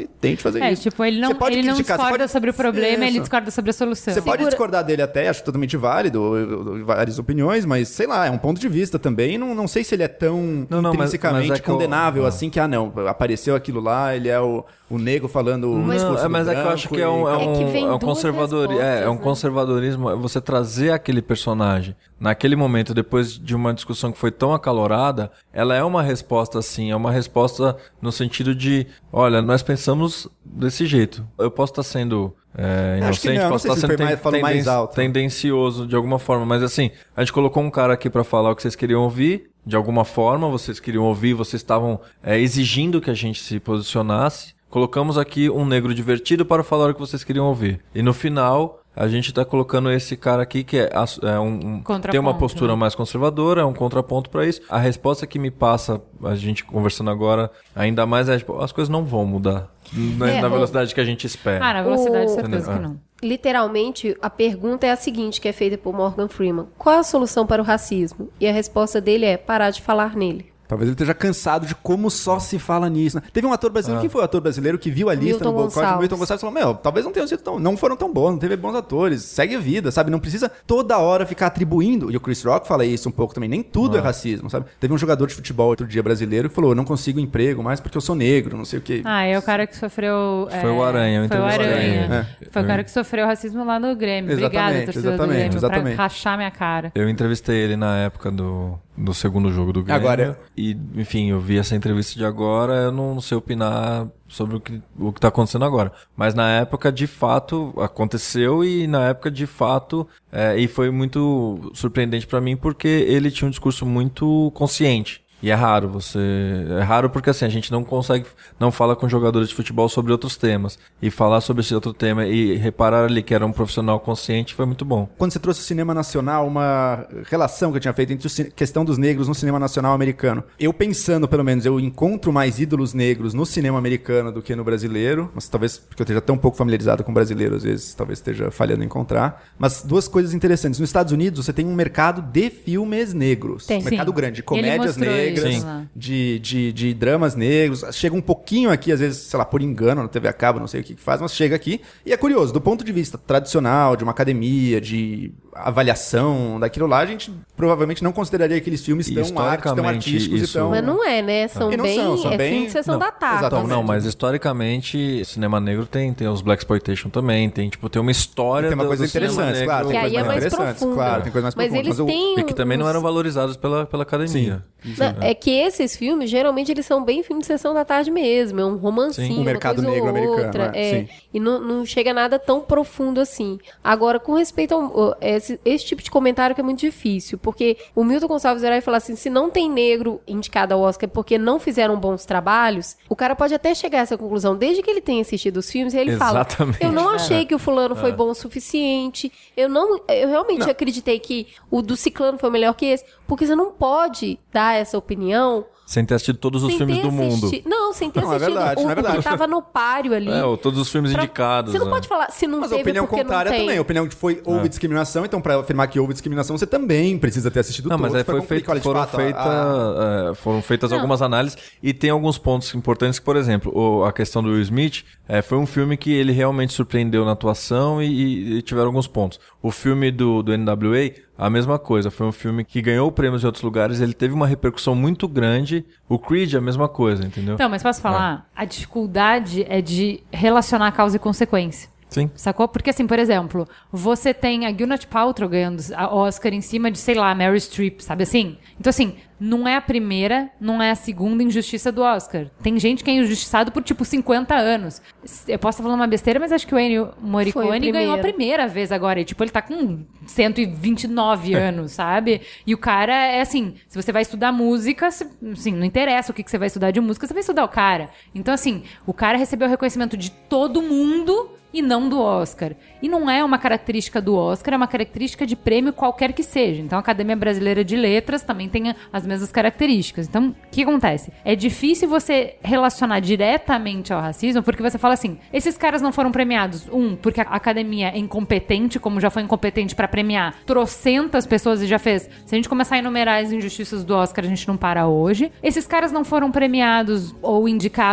e tente fazer É, isso. tipo, ele não, Você pode ele não criticar, você discorda pode- sobre o problema, Isso. ele discorda sobre a solução. Você pode Segura- discordar dele até, acho totalmente válido, eu- eu- várias opiniões, mas sei lá, é um ponto de vista também. Não, não sei se ele é tão Não, não, mas- intrinsecamente mas é que eu- condenável ah. assim que, ah, não, apareceu aquilo lá, ele é o, o negro falando o Não, discurso é, do mas é que eu acho branco que é um, é e- É que um, vem é um duas conservadorismo. É, é um respostas, né? conservadorismo. É você trazer aquele personagem naquele momento, depois de uma discussão que foi tão acalorada, ela é uma resposta assim, é uma resposta no sentido de, olha, nós pensamos desse jeito. Eu posso estar sendo é, Acho que inocente, não, não posso sei estar se sendo foi ten- mais- falou mais tenden- alto. tendencioso de alguma forma, mas assim, a gente colocou um cara aqui pra falar o que vocês queriam ouvir. De alguma forma, vocês queriam ouvir, vocês estavam é, exigindo que a gente se posicionasse. Colocamos aqui um negro divertido para falar o que vocês queriam ouvir. E no final, a gente está colocando esse cara aqui que é, as- é um, um- Contraponto, tem uma postura né? mais conservadora, é um contraponto para isso. A resposta que me passa, a gente conversando agora, ainda mais é, tipo, as coisas não vão mudar na, É, na o- velocidade que a gente espera. Ah, na velocidade, O- certeza Entendeu? que não. Literalmente, a pergunta é a seguinte, que é feita por Morgan Freeman. Qual é a solução para o racismo? E a resposta dele é parar de falar nele. Talvez ele esteja cansado de como só se fala nisso, né? Teve um ator brasileiro, quem foi o ator brasileiro que viu a lista Milton no boicote? Gonçalves. O Milton Gonçalves falou, meu, talvez não tenham sido tão, não foram tão bons, não teve bons atores, segue a vida, sabe? Não precisa toda hora ficar atribuindo, e o Chris Rock fala isso um pouco também, nem tudo é racismo, sabe? Teve um jogador de futebol outro dia brasileiro que falou, eu não consigo emprego mais porque eu sou negro, não sei o quê. Ah, é o cara que sofreu... Foi o Aranha, eu Foi o entrevistei Aranha. ele. Foi o cara que sofreu racismo lá no Grêmio. Exatamente, Obrigada, torcida do exatamente, Grêmio, exatamente. pra rachar minha cara. Eu entrevistei ele na época do, do segundo jogo do Grêmio. Agora- E, enfim, eu vi essa entrevista de agora, eu não sei opinar sobre o que, o que tá acontecendo agora. Mas na época, de fato, aconteceu e na época, de fato, é, e foi muito surpreendente pra mim porque ele tinha um discurso muito consciente. E é raro você... É raro porque, assim, a gente não consegue... Não fala com jogadores de futebol sobre outros temas. E falar sobre esse outro tema e reparar ali que era um profissional consciente foi muito bom. Quando você trouxe o cinema nacional, uma relação que eu tinha feito entre a questão dos negros no cinema nacional americano. Eu pensando, pelo menos, eu encontro mais ídolos negros no cinema americano do que no brasileiro. Mas talvez porque eu esteja tão pouco familiarizado com o brasileiro, às vezes, talvez esteja falhando em encontrar. Mas duas coisas interessantes. Nos Estados Unidos, você tem um mercado de filmes negros. Tem. Um mercado Sim. grande, de Ele comédias mostrou negras, isso lá. de, de, de dramas negros. Chega um pouquinho aqui, às vezes, sei lá, por engano, na T V a cabo, não sei o que que faz, mas chega aqui. E é curioso, do ponto de vista tradicional, de uma academia, de avaliação daquilo lá, a gente provavelmente não consideraria aqueles filmes E tão arte, tão historicamente, artísticos isso- e tão... Mas não é, né? São E não bem... são, são é bem- fim de sessão não, da tarde. exatamente. Então, não, mas historicamente, o cinema negro tem, tem os Blaxploitation também, tem, tipo, tem uma história Tem uma do- coisa do cinema interessante, negro. claro. Que Tem aí coisas é mais interessantes, profundo. claro, tem coisas mais Mas profundas. eles o- têm... E que também não uns- eram valorizados pela, pela academia. Não, é que esses filmes, geralmente, eles são bem filmes de sessão da tarde mesmo. É um romancinho, Sim. O uma mercado coisa negro ou americano, outra. é, É, sim. e não, não chega a nada tão profundo assim. Agora, com respeito ao... Esse, esse tipo de comentário que é muito difícil, porque o Milton Gonçalves virar e falar assim, se não tem negro indicado ao Oscar porque não fizeram bons trabalhos, o cara pode até chegar a essa conclusão, desde que ele tenha assistido os filmes, e ele Exatamente. fala, eu não achei que o fulano foi bom o suficiente, eu não... Eu realmente acreditei que o do ciclano foi melhor que esse, porque você não pode dar essa opinião Sem ter assistido todos os sem filmes ter do mundo. assisti- Não, sem ter Não, é assistido verdade, o não é verdade. que tava no páreo ali. É, ou todos os filmes Pra- indicados. Você não né? pode falar se não Mas a teve opinião porque contrária não tem. também. A opinião que foi houve discriminação, então pra afirmar que houve discriminação, você também precisa ter assistido Não, todos. mas aí pra foi complicar. feito, Olha, de foram, fato, feita, a- é, foram feitas Não. algumas análises e tem alguns pontos importantes, que, por exemplo, o- a questão do Will Smith é, foi um filme que ele realmente surpreendeu na atuação e, e- e tiveram alguns pontos. O filme do, do N W A, a mesma coisa, foi um filme que ganhou prêmios em outros lugares, ele teve uma repercussão muito grande. O Creed, a mesma coisa, entendeu? Então, mas posso falar? A dificuldade é de relacionar causa e consequência. Sim. Sacou? Porque, assim, por exemplo, você tem a Gwyneth Paltrow ganhando a Oscar em cima de, sei lá, Meryl Streep, sabe assim? Então, assim, não é a primeira, não é a segunda injustiça do Oscar. Tem gente que é injustiçado por, tipo, cinquenta anos. Eu posso estar falando uma besteira, mas acho que o Ennio Foi Morricone o ganhou a primeiro. primeira vez agora. E, tipo, ele tá com cento e vinte e nove anos, sabe? E o cara é assim, se você vai estudar música, se- assim, não interessa o que que você vai estudar de música, você vai estudar o cara. Então, assim, o cara recebeu o reconhecimento de todo mundo e não do Oscar. E não é uma característica do Oscar, é uma característica de prêmio qualquer que seja. Então, a Academia Brasileira de Letras também tem as mesmas características. Então, o que acontece? É difícil você relacionar diretamente ao racismo, porque você fala assim, esses caras não foram premiados. Um, porque a Academia é incompetente, como já foi incompetente pra premiar trocentas pessoas e já fez. Se a gente começar a enumerar as injustiças do Oscar, a gente não para hoje. Esses caras não foram premiados ou indicados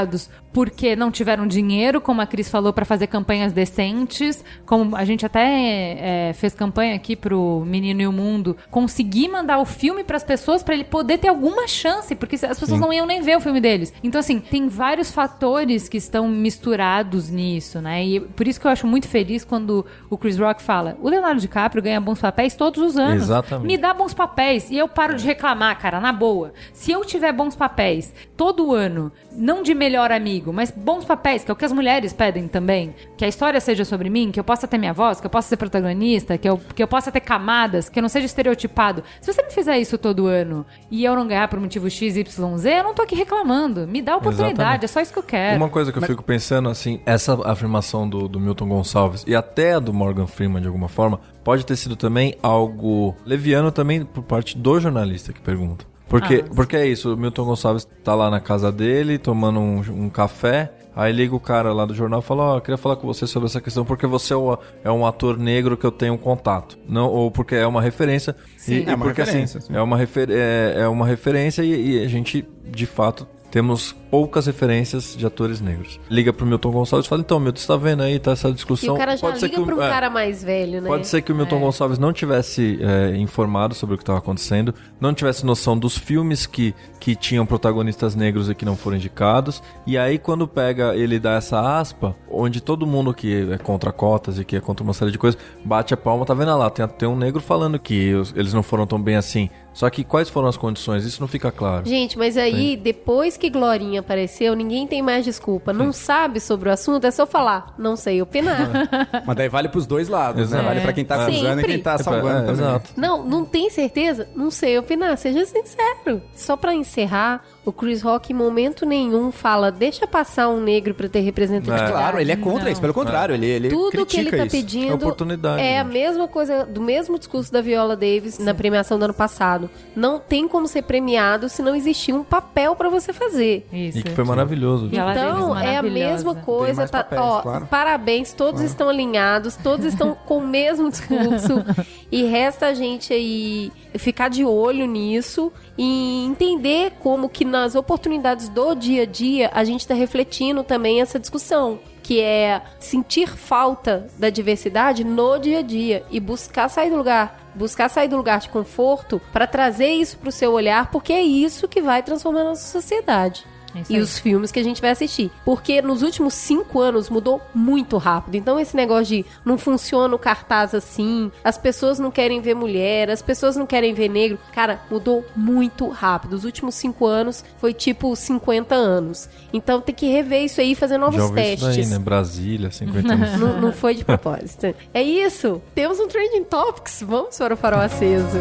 porque não tiveram dinheiro, como a Cris falou, para fazer campanhas decentes, como a gente até é, fez campanha aqui pro Menino e o Mundo, conseguir mandar o filme pras pessoas para ele poder ter alguma chance, porque as pessoas Sim. não iam nem ver o filme deles. Então, assim, tem vários fatores que estão misturados nisso, né? E por isso que eu acho muito feliz quando o Chris Rock fala, o Leonardo DiCaprio ganha bons papéis todos os anos. Exatamente. Me dá bons papéis e eu paro é. de reclamar, cara, na boa. Se eu tiver bons papéis todo ano, não de melhor amigo, mas bons papéis, que é o que as mulheres pedem também, que a história seja sobre mim, que eu possa ter minha voz, que eu possa ser protagonista, que eu, que eu possa ter camadas, que eu não seja estereotipado. Se você me fizer isso todo ano e eu não ganhar por motivo X, Y, Z, eu não tô aqui reclamando. Me dá oportunidade, Exatamente. é só isso que eu quero. Uma coisa que eu mas... fico pensando, assim, essa afirmação do, do Milton Gonçalves e até a do Morgan Freeman, de alguma forma, pode ter sido também algo leviano também por parte do jornalista que pergunta. Porque, ah, porque é isso, o Milton Gonçalves tá lá na casa dele, tomando um, um café, aí liga o cara lá do jornal e fala, ó, oh, eu queria falar com você sobre essa questão, porque você é um ator negro que eu tenho contato. Não, ou porque é uma referência. Sim, e, é uma porque, referência. Assim, é, uma refer, é, é uma referência e, e a gente, de fato, temos poucas referências de atores negros. Liga pro Milton Gonçalves e fala, então, Milton, você tá vendo aí, tá essa discussão. E o cara já pode liga ser que, pra um é, cara mais velho, né? Pode ser que o Milton é. Gonçalves não tivesse é, informado sobre o que estava acontecendo, não tivesse noção dos filmes que, que tinham protagonistas negros e que não foram indicados, e aí quando pega, ele dá essa aspa, onde todo mundo que é contra cotas e que é contra uma série de coisas, bate a palma, tá vendo lá, tem, tem um negro falando que os, eles não foram tão bem assim. Só que quais foram as condições? Isso não fica claro. Gente, mas aí, Sim. depois que Glorinha apareceu, ninguém tem mais desculpa. Não Sim. sabe sobre o assunto, é só falar, não sei opinar. Mas daí vale pros dois lados, Exato. né? Vale pra quem tá acusando Sempre. e quem tá salvando é, também. Exato. Não, não tem certeza? Não sei opinar, seja sincero. Só pra encerrar, o Chris Rock em momento nenhum fala, deixa passar um negro pra ter representatividade. É. Claro, ele é contra não. isso, pelo contrário, é. ele, ele Tudo critica que ele tá isso. pedindo é, oportunidade, é a gente. mesma coisa, do mesmo discurso da Viola Davis Sim. na premiação do ano passado. Não tem como ser premiado se não existir um papel pra você fazer. Isso. E que foi maravilhoso. Então, é a mesma coisa. Tá, papéis, ó, claro. Parabéns, todos claro. estão alinhados, todos estão com o mesmo discurso. E resta a gente aí ficar de olho nisso e entender como que nas oportunidades do dia a dia a gente tá refletindo também essa discussão. Que é sentir falta da diversidade no dia a dia e buscar sair do lugar, buscar sair do lugar de conforto para trazer isso pro seu olhar, porque é isso que vai transformar a nossa sociedade. E aí. Os filmes que a gente vai assistir. Porque nos últimos cinco anos mudou muito rápido. Então esse negócio de não funciona o cartaz assim, as pessoas não querem ver mulher, as pessoas não querem ver negro. Cara, mudou muito rápido. Os últimos cinco anos foi tipo cinquenta anos. Então tem que rever isso aí e fazer novos Já ouvi testes. Isso daí, né? Brasília, cinquenta anos. não, não foi de propósito. É isso. Temos um Trending Topics. Vamos para o Farol Aceso.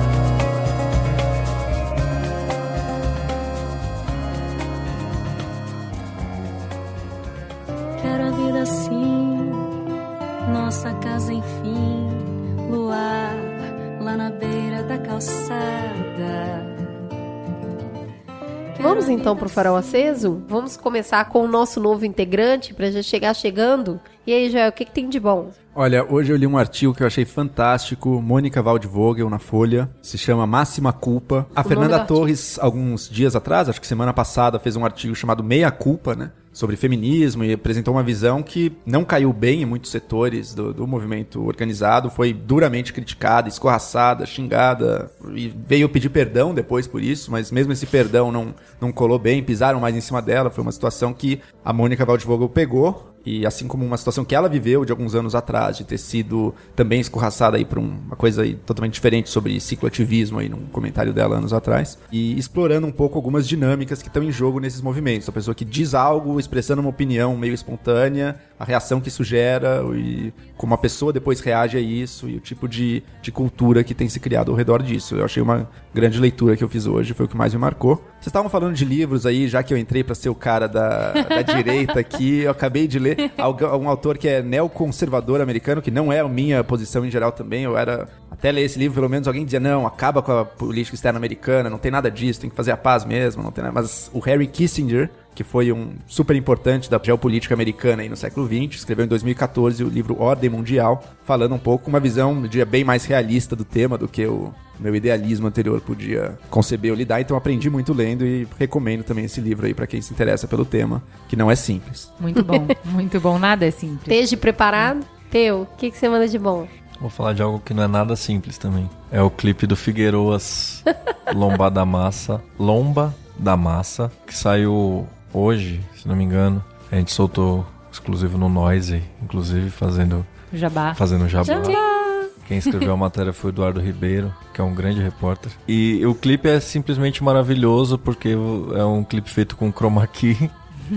Assim, nossa casa enfim, luar lá na beira da calçada. Vamos então pro Farol Aceso? Vamos começar com o nosso novo integrante pra já chegar chegando. E aí, Joel, o que, que tem de bom? Olha, hoje eu li um artigo que eu achei fantástico, Mônica Waldvogel na Folha, se chama Máxima Culpa. A o Fernanda Torres, alguns dias atrás, acho que semana passada, fez um artigo chamado Meia Culpa, né? Sobre feminismo e apresentou uma visão que não caiu bem em muitos setores do, do movimento organizado, foi duramente criticada, escorraçada, xingada e veio pedir perdão depois por isso, mas mesmo esse perdão não, não colou bem, pisaram mais em cima dela, foi uma situação que a Mônica Waldvogel pegou. E assim como uma situação que ela viveu de alguns anos atrás, de ter sido também escorraçada aí por uma coisa aí totalmente diferente sobre cicloativismo aí num comentário dela anos atrás, e explorando um pouco algumas dinâmicas que estão em jogo nesses movimentos. A pessoa que diz algo, expressando uma opinião meio espontânea, a reação que isso gera, e como a pessoa depois reage a isso, e o tipo de, de cultura que tem se criado ao redor disso. Eu achei uma grande leitura que eu fiz hoje, foi o que mais me marcou. Vocês estavam falando de livros aí, já que eu entrei para ser o cara da, da direita aqui, eu acabei de ler um autor que é neoconservador americano, que não é a minha posição em geral também. Eu era, até ler esse livro, pelo menos alguém dizia, não, acaba com a política externa americana, não tem nada disso, tem que fazer a paz mesmo, não tem nada. Mas o Harry Kissinger, que foi um super importante da geopolítica americana aí no século vinte, escreveu em dois mil e catorze o livro Ordem Mundial, falando um pouco, uma visão um dia bem mais realista do tema do que o meu idealismo anterior podia conceber ou lidar, então aprendi muito lendo e recomendo também esse livro aí pra quem se interessa pelo tema, que não é simples. Muito bom, muito bom, nada é simples. Esteja preparado? Teu, o que, que você manda de bom? Vou falar de algo que não é nada simples também. É o clipe do Figueroas, Lomba da Massa, Lomba da Massa, que saiu hoje, se não me engano. A gente soltou exclusivo no Noise, inclusive fazendo Jabá. Fazendo jabá. Jabá. Quem escreveu a matéria foi o Eduardo Ribeiro, que é um grande repórter. E o clipe é simplesmente maravilhoso, porque é um clipe feito com chroma key.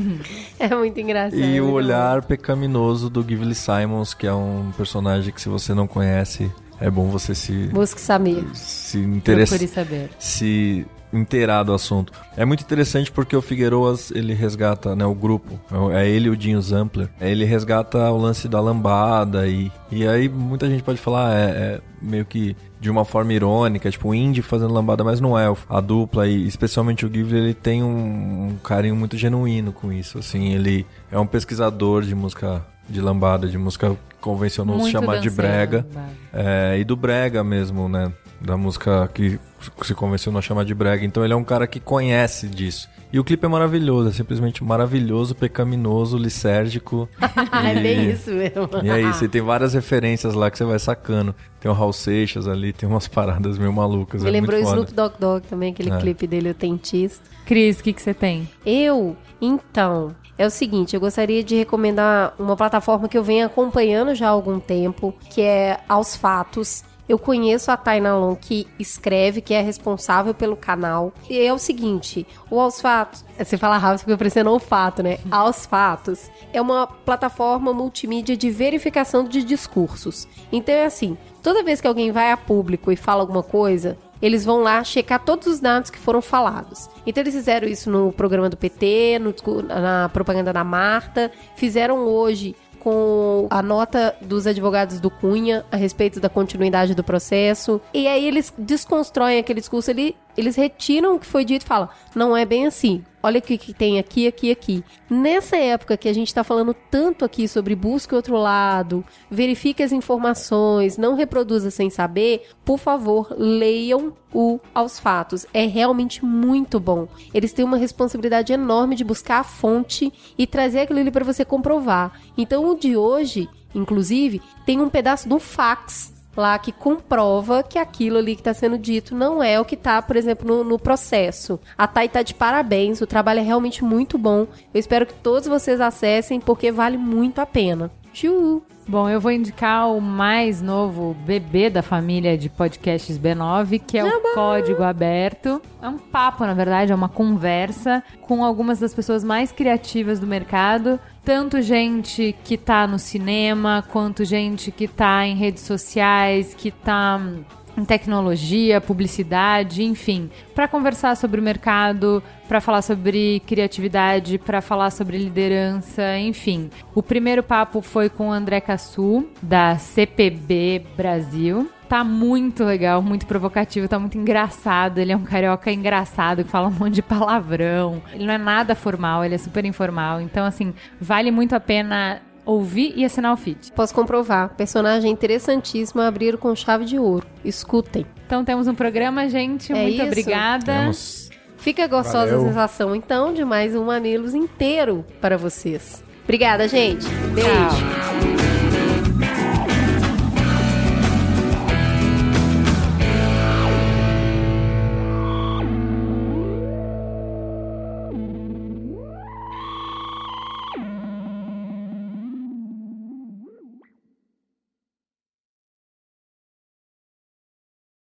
É muito engraçado. E o olhar pecaminoso do Gively Simons, que é um personagem que, se você não conhece, é bom você se... Busque saber. Se interessa, Procure saber. Se inteirar do assunto. É muito interessante porque o Figueroas, ele resgata, né, o grupo. É ele e o Dinho Zampler. Ele resgata o lance da lambada e, e aí muita gente pode falar, é, é meio que de uma forma irônica, tipo o indie fazendo lambada, mas não é. A dupla, e especialmente o Gively, ele tem um, um carinho muito genuíno com isso, assim. Ele é um pesquisador de música de lambada, de música que convencionou se chamar de brega. É, e do brega mesmo, né? Da música que se convencionou a chamar de brega. Então ele é um cara que conhece disso. E o clipe é maravilhoso, é simplesmente maravilhoso, pecaminoso, lisérgico. É bem isso mesmo. E é isso, e tem várias referências lá que você vai sacando. Tem o Raul Seixas ali, tem umas paradas meio malucas. Me é lembrou o muito Snoop Dogg Dogg também, aquele É. clipe dele, o Tentista. Cris, o que, que você tem? Eu, então, é o seguinte, eu gostaria de recomendar uma plataforma que eu venho acompanhando já há algum tempo, que é Aos Fatos. Eu conheço a Tainá Long, que escreve, que é responsável pelo canal. E é o seguinte, o Aos Fatos... Você fala rápido porque eu parecendo um fato, né? Aos Fatos é uma plataforma multimídia de verificação de discursos. Então é assim, toda vez que alguém vai a público e fala alguma coisa, eles vão lá checar todos os dados que foram falados. Então eles fizeram isso no programa do P T, no, na propaganda da Marta, fizeram hoje com a nota dos advogados do Cunha a respeito da continuidade do processo. E aí eles desconstroem aquele discurso, ele, eles retiram o que foi dito e falam, não é bem assim. Olha o que, que tem aqui, aqui, aqui. Nessa época que a gente está falando tanto aqui sobre busca outro lado, verifique as informações, não reproduza sem saber, por favor, leiam o Aos Fatos. É realmente muito bom. Eles têm uma responsabilidade enorme de buscar a fonte e trazer aquilo ali para você comprovar. Então o de hoje, inclusive, tem um pedaço do fax lá que comprova que aquilo ali que está sendo dito não é o que está, por exemplo, no, no processo. A Thay tá de parabéns, o trabalho é realmente muito bom. Eu espero que todos vocês acessem, porque vale muito a pena. Tchau! Bom, eu vou indicar o mais novo bebê da família de podcasts B nove, que é o Código Aberto. É um papo, na verdade, é uma conversa com algumas das pessoas mais criativas do mercado. Tanto gente que tá no cinema, quanto gente que tá em redes sociais, que tá em tecnologia, publicidade, enfim, para conversar sobre o mercado, para falar sobre criatividade, para falar sobre liderança, enfim. O primeiro papo foi com o André Cassu, da C P B Brasil. Tá muito legal, muito provocativo, tá muito engraçado. Ele é um carioca engraçado, que fala um monte de palavrão. Ele não é nada formal, ele é super informal. Então, assim, vale muito a pena ouvir e assinar o feed. Posso comprovar. Personagem interessantíssimo, abriram com chave de ouro. Escutem. Então temos um programa, gente. É muito isso? obrigada. Temos. Fica gostosa Valeu. a sensação, então, de mais um Mamilos inteiro para vocês. Obrigada, gente. Beijo. Tchau.